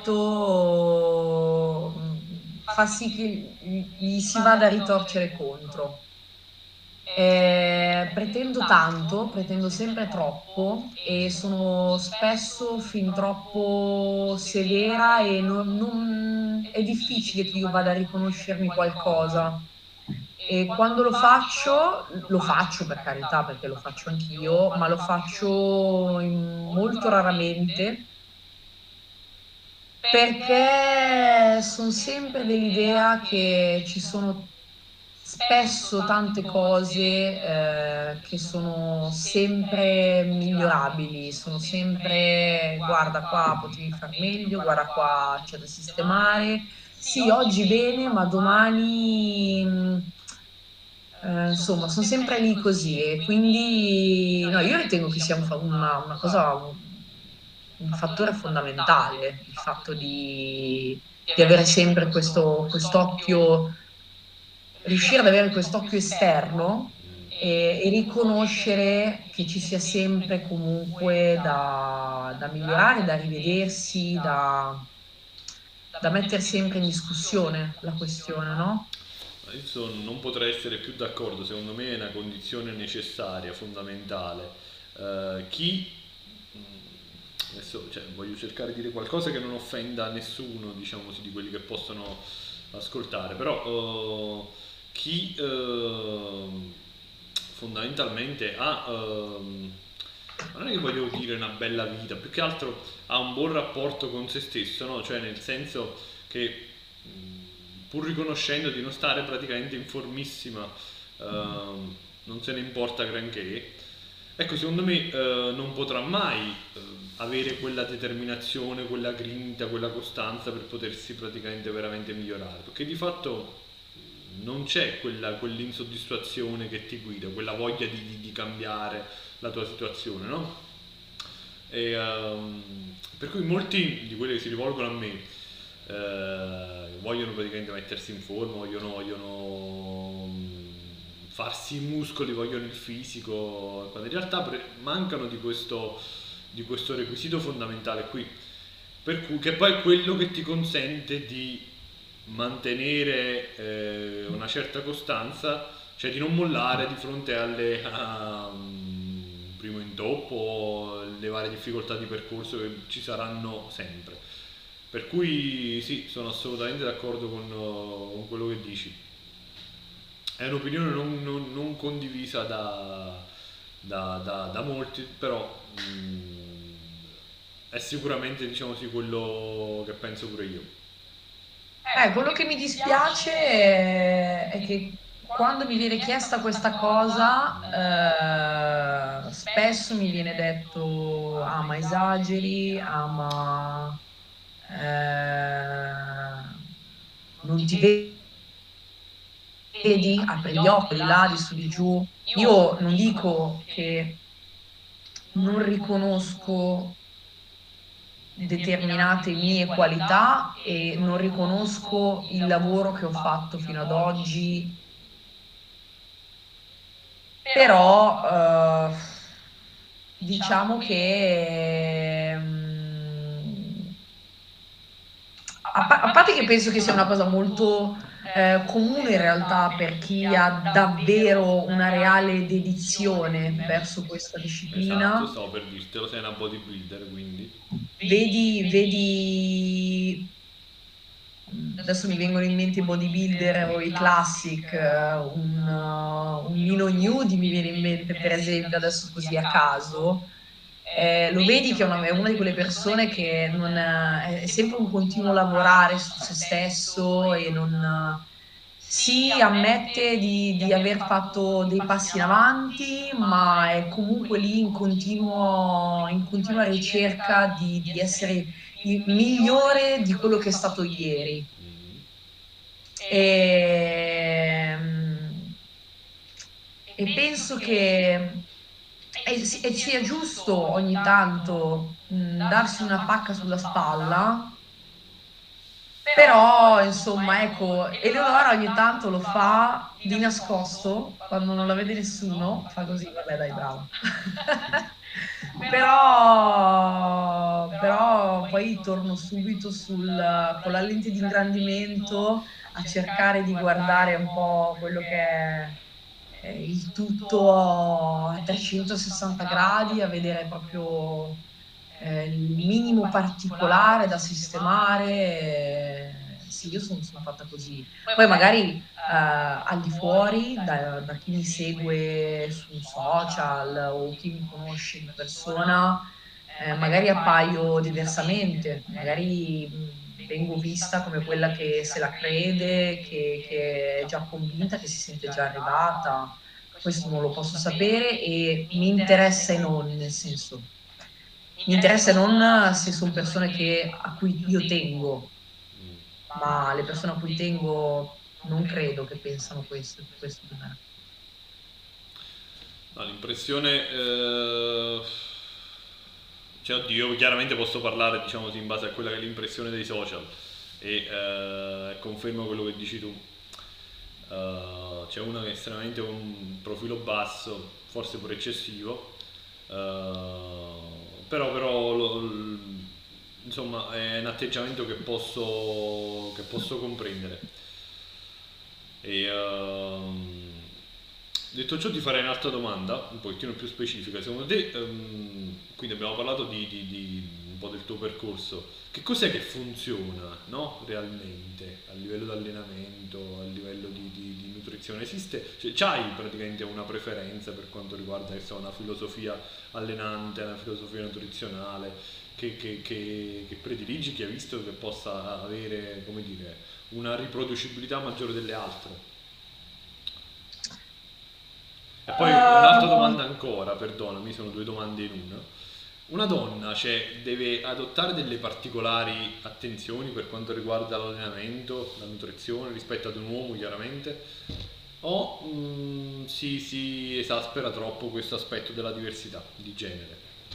aspetto mm, fa sì che gli gli si vada a ritorcere contro. Eh, pretendo tanto, pretendo sempre troppo e sono spesso fin troppo severa e non, non- è difficile che io vada a riconoscermi qualcosa. E quando lo faccio, lo faccio per carità, perché lo faccio anch'io, ma lo faccio in- molto raramente perché sono sempre dell'idea che ci sono spesso tante cose eh, che sono sempre migliorabili, sono sempre guarda qua potevi far meglio, guarda qua c'è da sistemare. Sì, oggi bene, ma domani mh, eh, insomma, sono sempre lì così e quindi no, io ritengo che sia un fa- una, una cosa, un, un fattore fondamentale, il fatto di, di avere sempre questo quest'occhio, riuscire ad avere quest'occhio esterno e, e riconoscere che ci sia sempre comunque da, da migliorare, da rivedersi, da, da mettere sempre in discussione la questione, no? Adesso non potrei essere più d'accordo, secondo me è una condizione necessaria, fondamentale. Eh, chi, mh, adesso cioè, voglio cercare di dire qualcosa che non offenda nessuno, diciamo così, di quelli che possono ascoltare, però eh, chi ehm, fondamentalmente ha, ehm, ma non è che voglio dire una bella vita, più che altro ha un buon rapporto con se stesso, no? Cioè nel senso che mh, pur riconoscendo di non stare praticamente in formissima, ehm, non se ne importa granché, ecco, secondo me eh, non potrà mai eh, avere quella determinazione, quella grinta, quella costanza per potersi praticamente veramente migliorare, perché di fatto non c'è quella, quell'insoddisfazione che ti guida, quella voglia di, di- di cambiare la tua situazione, no? E, ehm, per cui molti di quelli che si rivolgono a me eh, vogliono praticamente mettersi in forma, vogliono, vogliono mm, farsi i muscoli, vogliono il fisico, quando in realtà pre- mancano di questo, di questo requisito fondamentale qui, per cui, che poi è quello che ti consente di mantenere eh, una certa costanza, cioè di non mollare di fronte alle, a, primo intoppo, le varie difficoltà di percorso che ci saranno sempre. Per cui sì, sono assolutamente d'accordo con, uh, con quello che dici. È un'opinione non, non- non condivisa da, da- da- da molti, però mm, è sicuramente, diciamo sì, quello che penso pure io. Eh, quello che mi dispiace è, è che quando mi viene chiesta questa cosa, eh, spesso mi viene detto, ah, ma esageri, ah, ma eh, non ti vedi, apri gli occhi, di là, di su, di giù. Io non dico che non riconosco determinate mie qualità e non riconosco il lavoro che ho fatto fino ad oggi, però eh, diciamo che mm, a, pa- a parte che penso che sia una cosa molto eh, comune in realtà per chi ha davvero una reale dedizione verso questa Esatto, disciplina. stavo per dirtelo, sei una bodybuilder, quindi. Vedi, vedi, adesso mi vengono in mente i bodybuilder o i classic, eh, un, uh, un Nino Nudi mi viene in mente per esempio, adesso così a caso. Eh, lo vedi che è una, è una di quelle persone che non, eh, è sempre un continuo lavorare su se stesso e non, eh, sì, ammette di, di aver fatto dei passi in avanti, ma è comunque lì in continuo, in continua ricerca di, di essere il migliore di quello che è stato ieri. Mm. E, e penso che e si- e sia giusto ogni tanto mh, darsi una pacca sulla spalla, però insomma, ecco, Eleonora ogni tanto lo fa di nascosto, quando non la vede nessuno, fa così, vabbè, dai, brava. Però, però poi torno subito sul, con la lente di ingrandimento a cercare di guardare un po' quello che è eh, il tutto a trecentosessanta gradi, a vedere proprio eh, il minimo particolare da sistemare. eh, sì, io sono fatta così. Poi magari eh, al di fuori, da, da chi mi segue su social o chi mi conosce di persona, eh, magari appaio diversamente, magari mh, vengo vista come quella che se la crede, che, che è già convinta, che si sente già arrivata. Questo non lo posso sapere e mi interessa e non, nel senso, mi interessa non se sono persone che- a cui io tengo, ma le persone a cui tengo non credo che pensano questo, questo di me. No, l'impressione... eh, Cioè, oddio, io chiaramente posso parlare, diciamo così, in base a quella che è l'impressione dei social e eh, confermo quello che dici tu. Eh, c'è uno che è estremamente con un profilo basso, forse pure eccessivo, eh, però, però lo- l- insomma è un atteggiamento che posso, che posso comprendere. E, ehm, detto ciò, ti farei un'altra domanda, un pochettino più specifica. Secondo te, ehm, quindi abbiamo parlato di, di- di un po' del tuo percorso, che cos'è che funziona, no? Realmente, a livello di allenamento, a livello di, di- di nutrizione? Esiste, cioè, c'hai praticamente una preferenza per quanto riguarda che so, una filosofia allenante, una filosofia nutrizionale che, che- che- che prediligi, che hai visto che possa avere, come dire, una riproducibilità maggiore delle altre? E poi un'altra Uh, domanda ancora, perdonami, sono due domande in una. Una donna, cioè, deve adottare delle particolari attenzioni per quanto riguarda l'allenamento, la nutrizione rispetto ad un uomo, chiaramente, o mm, si, si esaspera troppo questo aspetto della diversità di genere?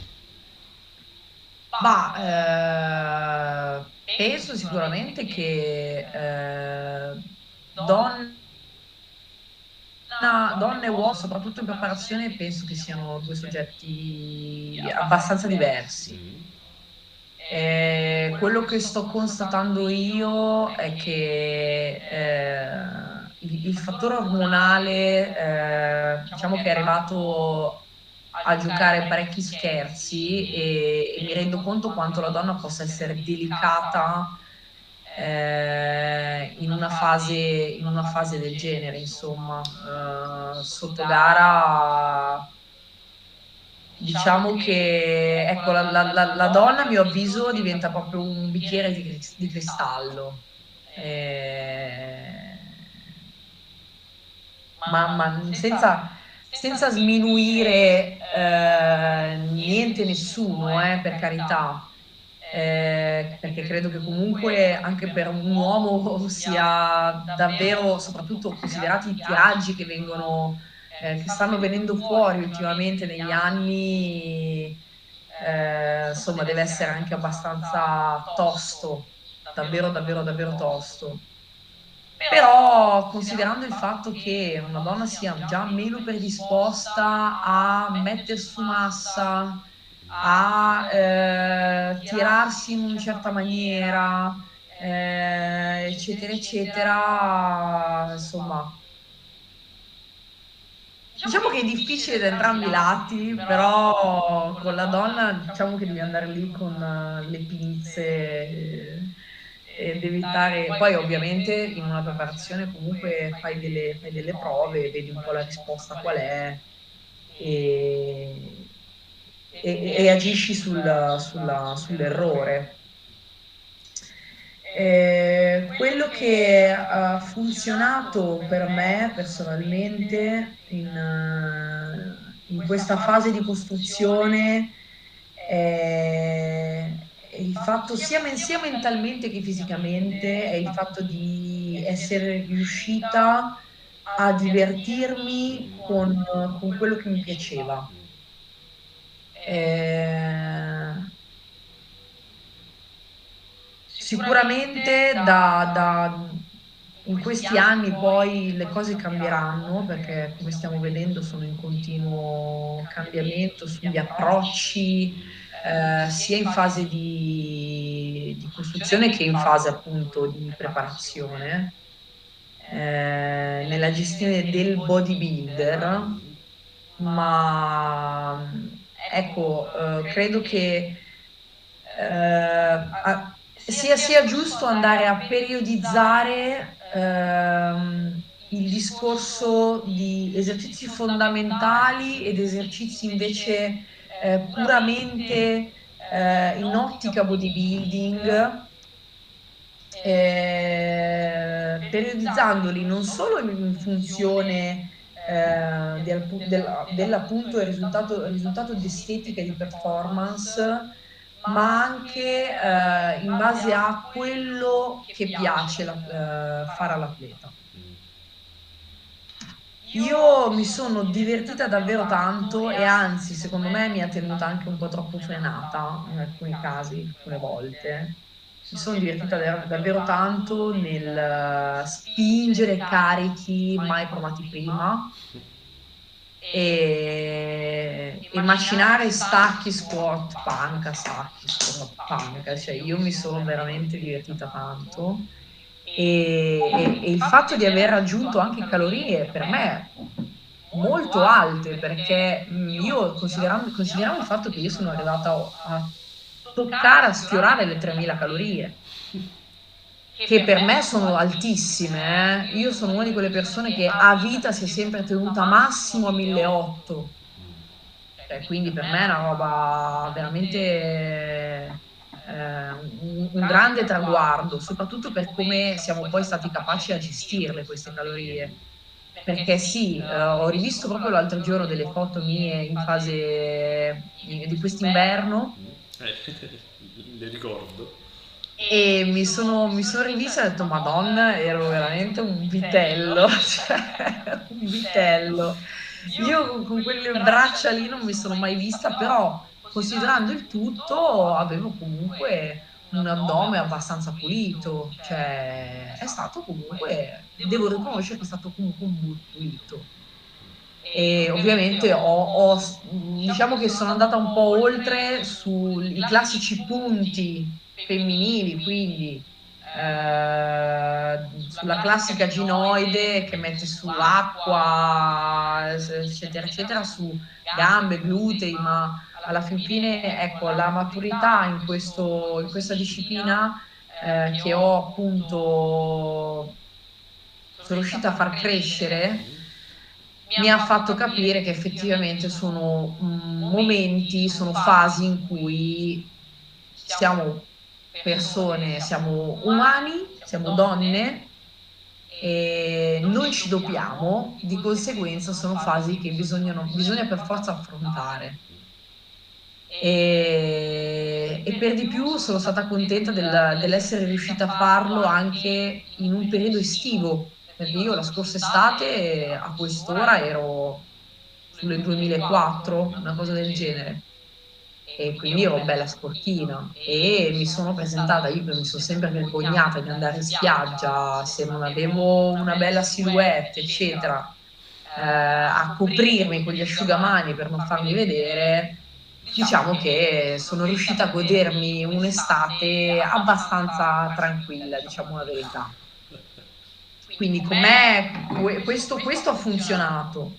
bah, eh, penso sicuramente che eh, donne, donne e uomini, soprattutto in preparazione, penso che siano due soggetti abbastanza diversi. Mm. Eh, quello che sto constatando io è che eh, il, il fattore ormonale, eh, diciamo che è arrivato a giocare parecchi scherzi e, e mi rendo conto quanto la donna possa essere delicata eh, in una fase, in una fase del genere, insomma. Eh, sotto gara, diciamo che ecco, la, la- la- la donna, a mio avviso, diventa proprio un bicchiere di, cris- di cristallo. Eh, ma, ma senza, senza sminuire eh, niente, nessuno, eh, per carità, eh, perché credo che comunque anche per un uomo sia davvero, soprattutto considerati i tiraggi che vengono, eh, che stanno venendo fuori ultimamente negli anni, eh, insomma, deve essere anche abbastanza tosto, davvero, davvero, davvero tosto. Però, considerando il fatto che una donna sia già meno predisposta a metter su massa, a eh, tirarsi in una certa maniera, eh, eccetera, eccetera, insomma, diciamo che è difficile da entrambi i lati, però con la donna diciamo che devi andare lì con eh, le pinze eh, ed evitare. Poi ovviamente in una preparazione comunque fai delle, fai delle prove, vedi un po' la risposta qual è e, e- e agisci sul- sulla- sull'errore. Eh, quello che ha funzionato per me personalmente in, eh, in questa fase di costruzione è, è il fatto sia, men- sia mentalmente che fisicamente, è il fatto di essere riuscita a divertirmi con, con quello che mi piaceva. Eh, Sicuramente da, da- in questi anni poi le cose cambieranno perché come stiamo vedendo sono in continuo cambiamento sugli approcci, eh, sia in fase di, di costruzione che in fase appunto di preparazione, eh, nella gestione del bodybuilder, ma ecco, eh, credo che eh, a- sia, sia giusto andare a periodizzare ehm, il discorso di esercizi fondamentali ed esercizi invece eh, puramente eh, in ottica bodybuilding, eh, periodizzandoli non solo in funzione eh, del, del- dell'appunto il risultato, il risultato di estetica e di performance, ma anche eh, in base a quello che piace la- eh, fare all'atleta. Io mi sono divertita davvero tanto e anzi, secondo me mi ha tenuta anche un po' troppo frenata in alcuni casi, alcune volte. Mi sono divertita da- davvero tanto nel eh, spingere carichi mai provati prima e, e macinare stacchi, squat, panca, stacchi, squat, panca. Cioè, io mi sono veramente divertita tanto e, e- e il fatto di aver raggiunto anche calorie per me molto alte, perché mh, io considerando, consideriamo il fatto che io sono arrivata a toccare, a sfiorare le tremila calorie, che per me sono altissime. Eh. Io sono una di quelle persone che a vita si è sempre tenuta massimo a milleottocento, cioè, quindi per me è una roba veramente eh, un, un grande traguardo, soprattutto per come siamo poi stati capaci a gestirle queste calorie. Perché sì, eh, ho rivisto proprio l'altro giorno delle foto mie in fase di, di quest'inverno Eh, le ricordo. e mi sono, mi sono rivista e ho detto, Madonna, ero veramente un vitello, cioè, un vitello. Io con, con quelle braccia lì non mi sono mai vista, però considerando il tutto avevo comunque un addome abbastanza pulito, cioè è stato comunque, devo riconoscere che è stato comunque un bull pulito. E ovviamente ho, ho- diciamo che sono andata un po' oltre sui classici punti femminili, quindi eh, sulla classica ginoide che mette su acqua, eccetera, eccetera, su gambe, glutei, ma alla fin fine, ecco, la maturità in questo, in questa disciplina eh, che ho appunto, sono riuscita a far crescere, Mm. mi ha fatto capire che effettivamente sono mm, momenti, sono fasi in cui siamo persone, siamo umani, siamo donne e non ci dobbiamo, di conseguenza sono fasi che bisognano- bisogna per forza affrontare. E, e per di più sono stata contenta del- dell'essere riuscita a farlo anche in un periodo estivo, perché io la scorsa estate a quest'ora ero sulle duemilaquattro, una cosa del genere. E quindi ero bella sporchina e mi sono presentata, io che mi sono sempre vergognata di andare in spiaggia se non avevo una bella silhouette, eccetera, eh, a coprirmi con gli asciugamani per non farmi vedere. Diciamo che sono riuscita a godermi un'estate abbastanza tranquilla, diciamo la verità. Quindi con me que- questo, questo ha funzionato.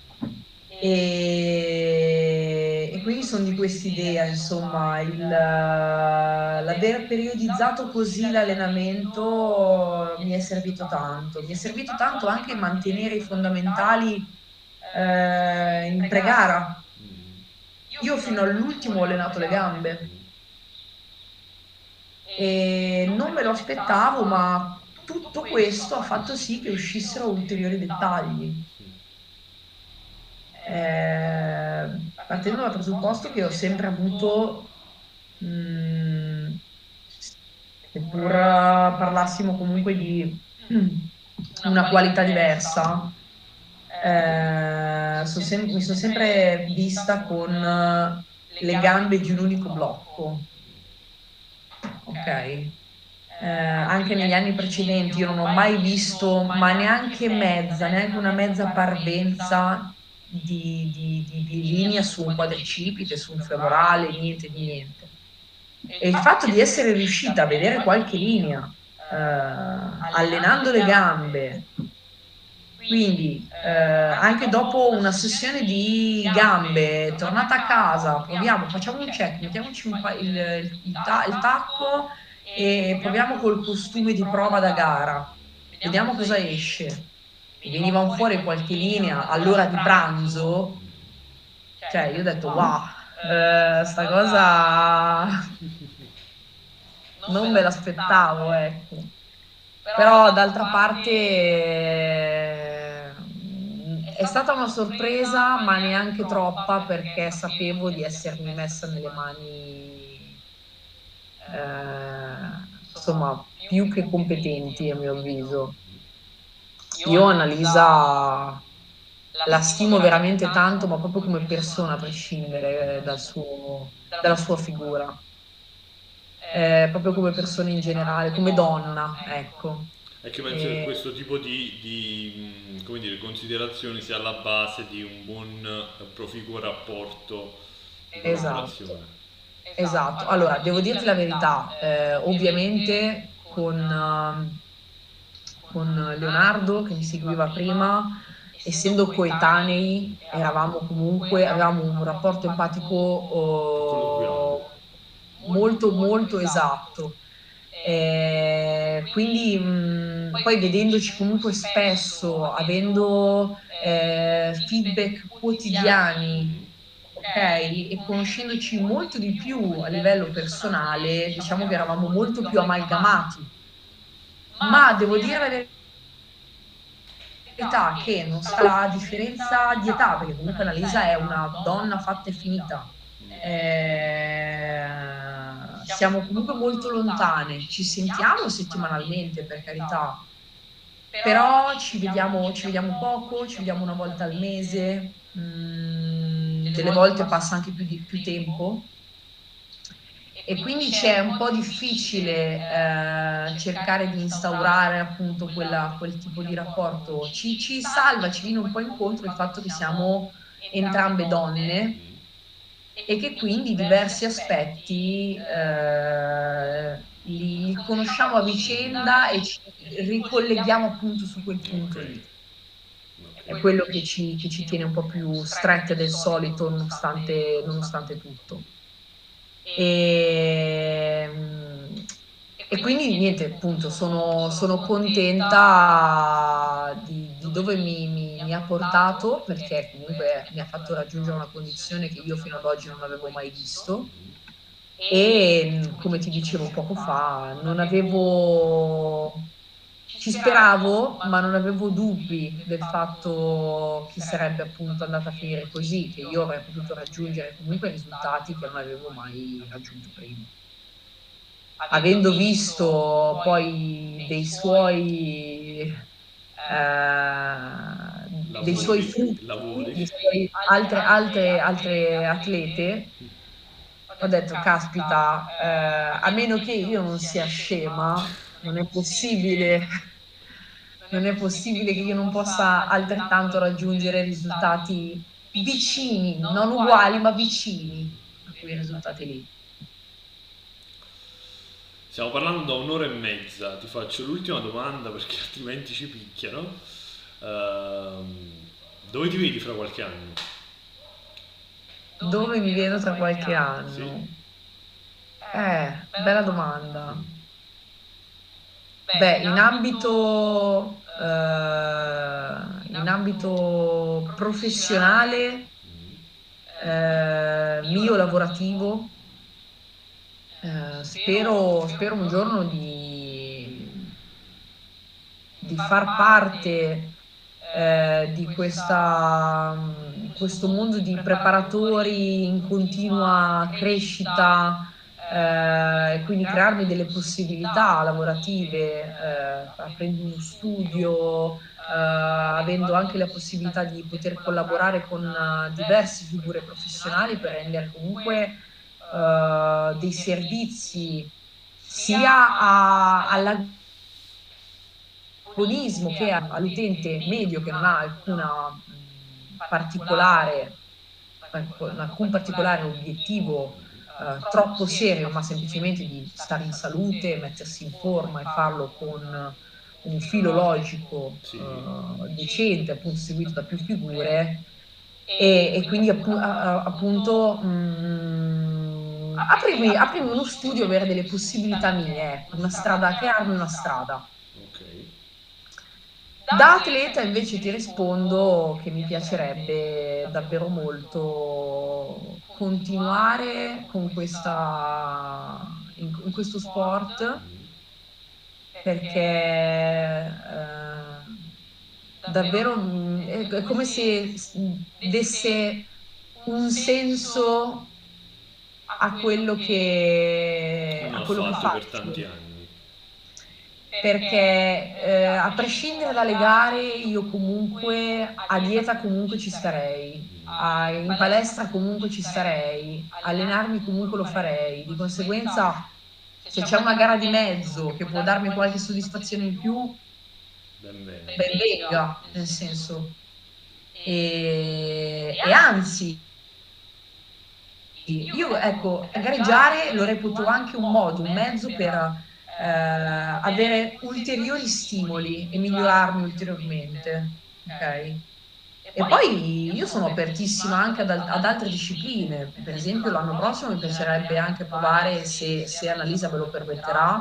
E, e quindi sono di quest'idea, insomma, il, l'aver periodizzato così l'allenamento mi è servito tanto. Mi è servito tanto anche mantenere i fondamentali eh, in pre-gara. Io fino all'ultimo ho allenato le gambe e non me lo aspettavo, ma tutto questo ha fatto sì che uscissero ulteriori dettagli. Eh, partendo dal presupposto che ho sempre avuto, mh, seppur parlassimo comunque di una qualità diversa, eh, son sem- mi sono sempre vista con le gambe di un unico blocco, ok? Eh, anche negli anni precedenti io non ho mai visto, ma neanche mezza, neanche una mezza parvenza di, di- di- di linea su un quadricipite, su un femorale, niente di niente. E il fatto di essere riuscita a vedere qualche linea, eh, allenando le gambe, quindi eh, anche dopo una sessione di gambe, tornata a casa, proviamo, facciamo un check, mettiamoci un pa- il, il ta- il tacco e proviamo col costume di prova da gara, vediamo cosa esce. Mi venivano fuori qualche linea all'ora di pranzo, cioè io ho detto wow, eh, sta cosa non me l'aspettavo, ecco. Però d'altra parte eh, è stata una sorpresa, ma neanche troppa perché sapevo di essermi messa nelle mani, eh, insomma, più che competenti, a mio avviso. Io Annalisa la stimo veramente tanto, ma proprio come persona, a prescindere dal suo- dalla sua figura. Eh, proprio come persona in generale, come donna, ecco. E che penso che Eh, questo tipo di, di, mh, come dire, considerazioni sia alla base di un buon eh, proficuo rapporto di esatto, collaborazione. esatto. Allora, devo dirti la verità, eh, ovviamente con, ehm, con Leonardo che mi seguiva prima, essendo coetanei, eravamo comunque, avevamo un rapporto empatico Colloquiale. oh, molto molto esatto. Eh, quindi mh, poi vedendoci comunque spesso, avendo eh, feedback quotidiani, ok, e conoscendoci molto di più a livello personale, diciamo che eravamo molto più amalgamati. Ma devo dire la verità che non sarà la differenza di età, perché comunque Annalisa è una donna fatta e finita. Eh, siamo comunque molto lontane, ci sentiamo settimanalmente, per carità, però ci vediamo, ci vediamo poco, ci vediamo una volta al mese, mm, delle volte passa anche più, di- più tempo. E quindi c'è un po' difficile eh, cercare di instaurare appunto quella- quel tipo di rapporto. Ci, ci salva, ci viene un po' incontro il fatto che siamo entrambe donne e che quindi diversi aspetti eh, li, li conosciamo a vicenda e ci ricolleghiamo appunto su quel Ok, punto lì. È ok. quello che ci, che ci tiene un po' più strette del solito, nonostante, nonostante tutto. E, e quindi niente, appunto, sono, sono contenta di, di dove mi, mi- mi ha portato, perché comunque mi ha fatto raggiungere una condizione che io fino ad oggi non avevo mai visto. E come ti dicevo poco fa, non avevo, ci speravo, ma non avevo dubbi del fatto che sarebbe appunto andata a finire così, che io avrei potuto raggiungere comunque risultati che non avevo mai raggiunto prima. Avendo visto poi dei suoi, eh, dei suoi Lavori, frutti, lavori. di suoi altre, altre, altre atlete, ho detto, caspita, eh, a meno che io non sia scema, non è possibile, non è possibile che io non possa altrettanto raggiungere risultati vicini, non uguali, ma vicini a quei risultati lì. Stiamo parlando da un'ora e mezza, ti faccio l'ultima domanda perché altrimenti ci picchiano. Ehm, dove ti vedi fra qualche anno? Dove mi vedo tra qualche Sì? anno? Eh, bella domanda. Beh, in ambito, eh, in ambito professionale, eh, mio lavorativo, eh, spero, spero un giorno di, di far parte eh, di questa, mh, questo mondo di preparatori in continua crescita, eh, e quindi crearmi delle possibilità lavorative, eh, aprendo uno studio, eh, avendo anche la possibilità di poter collaborare con eh, diverse figure professionali per rendere comunque eh, dei servizi sia a- alla agonismo che a- all'utente medio che non ha alcuna mh, particolare, ecco, alcun particolare obiettivo eh, troppo serio, ma semplicemente di stare in salute, mettersi in forma e farlo con un filo logico Sì. eh, decente, appunto seguito da più figure, e, e quindi appu- a- a- appunto mh, aprimi, aprimi uno studio, avere delle possibilità mie, ecco, una strada, crearmi una strada. Ok. Da atleta invece ti rispondo che mi piacerebbe davvero molto continuare con questa, in, in questo sport perché eh, davvero mm, è, è come se s- desse un senso a quello che, Uno a ha quello che fatto per tanti faccio. anni. Perché eh, a prescindere dalle gare io comunque a dieta comunque ci starei, a- in palestra comunque ci starei, allenarmi comunque lo farei. Di conseguenza, se c'è una gara di mezzo che può darmi qualche soddisfazione in più, Ben bene. ben venga, nel senso. E, e anzi, io ecco, gareggiare lo reputo anche un modo, un mezzo per eh, avere ulteriori stimoli e migliorarmi ulteriormente. Ok? E poi io sono apertissima anche ad, al- ad altre discipline. Per esempio, l'anno prossimo mi piacerebbe anche provare, se, se Annalisa me lo permetterà,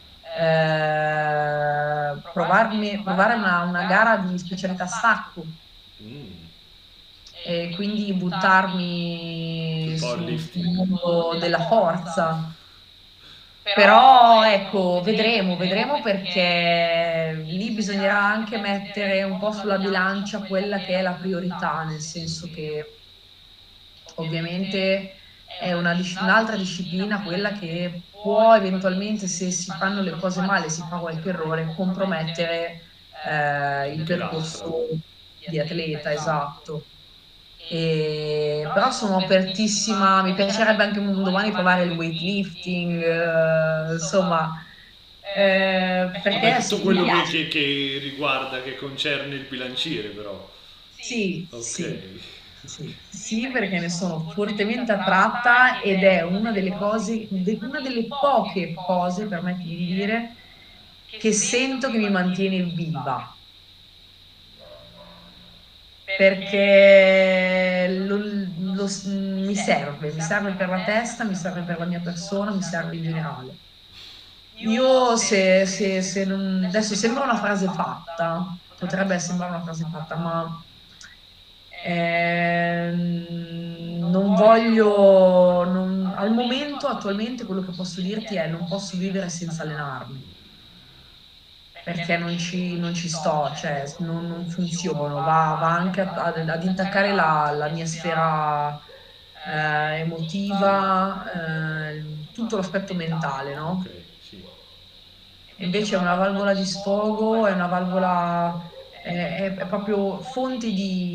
eh, provarmi, provare una, una gara di specialità stacco Mm. e quindi Sul buttarmi sul sul powerlifting. mondo della forza. Però ecco, vedremo, vedremo perché lì bisognerà anche mettere un po' sulla bilancia quella che è la priorità, nel senso che ovviamente è una dis- un'altra disciplina quella che può eventualmente, se si fanno le cose male, si fa qualche errore, compromettere eh, il Anche l'altra. percorso di atleta, esatto. E- però sono apertissima, mi piacerebbe anche un domani provare il weightlifting, eh, insomma, eh, Vabbè, perché tutto sì, mi quello che, piace. che- che riguarda, che concerne il bilanciere, però. Sì, Ok. sì. Sì, sì, perché ne sono fortemente attratta ed è una delle cose, de- una delle poche cose, permettimi di dire, che sento che mi mantiene viva, perché lo- lo- mi serve, mi serve per la testa, mi serve per la mia persona, mi serve in generale. Io se, se- se non... Adesso sembra una frase fatta, potrebbe sembrare una frase fatta, ma ehm, non voglio... non- Al momento, attualmente, quello che posso dirti è non posso vivere senza allenarmi, perché non ci, non ci sto, cioè non, non funziono, va, va anche a- ad, ad intaccare la, la mia sfera eh, emotiva, eh, tutto l'aspetto mentale, Ok, no? sì. Invece è una valvola di sfogo, è una valvola, è, è- è proprio fonte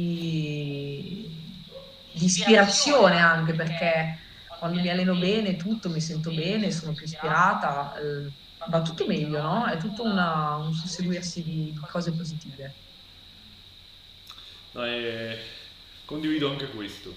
di, di ispirazione anche perché quando mi alleno bene, tutto, mi sento bene, sono più ispirata, eh, va tutto meglio, no? È tutto una- un susseguirsi di, di cose positive. No, eh, condivido anche questo.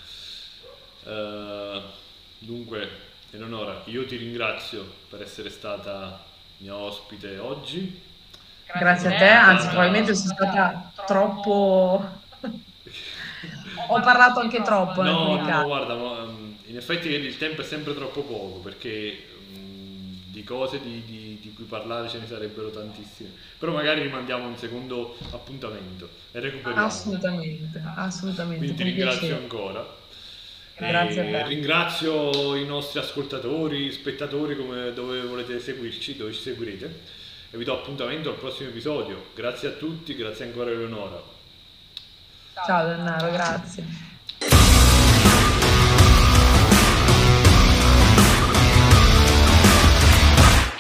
Eh, dunque, Eleonora, io ti ringrazio per essere stata mia ospite oggi. È Grazie a stata te, una anzi, probabilmente puntata. sono stata troppo... Ho parlato anche troppo in No, alcuni no, no, casi. guarda, ma, mm, in effetti il tempo è sempre troppo poco perché mm, di cose di, di- di cui parlare ce ne sarebbero tantissime. Però magari rimandiamo a un secondo appuntamento e recuperiamo. Assolutamente, assolutamente, Quindi ti con ringrazio piacere. ancora Grazie a e te. ringrazio i nostri ascoltatori, spettatori, come, dove volete seguirci, dove ci seguirete. E vi do appuntamento al prossimo episodio. Grazie a tutti, grazie ancora Eleonora. Ciao Dannaro, grazie.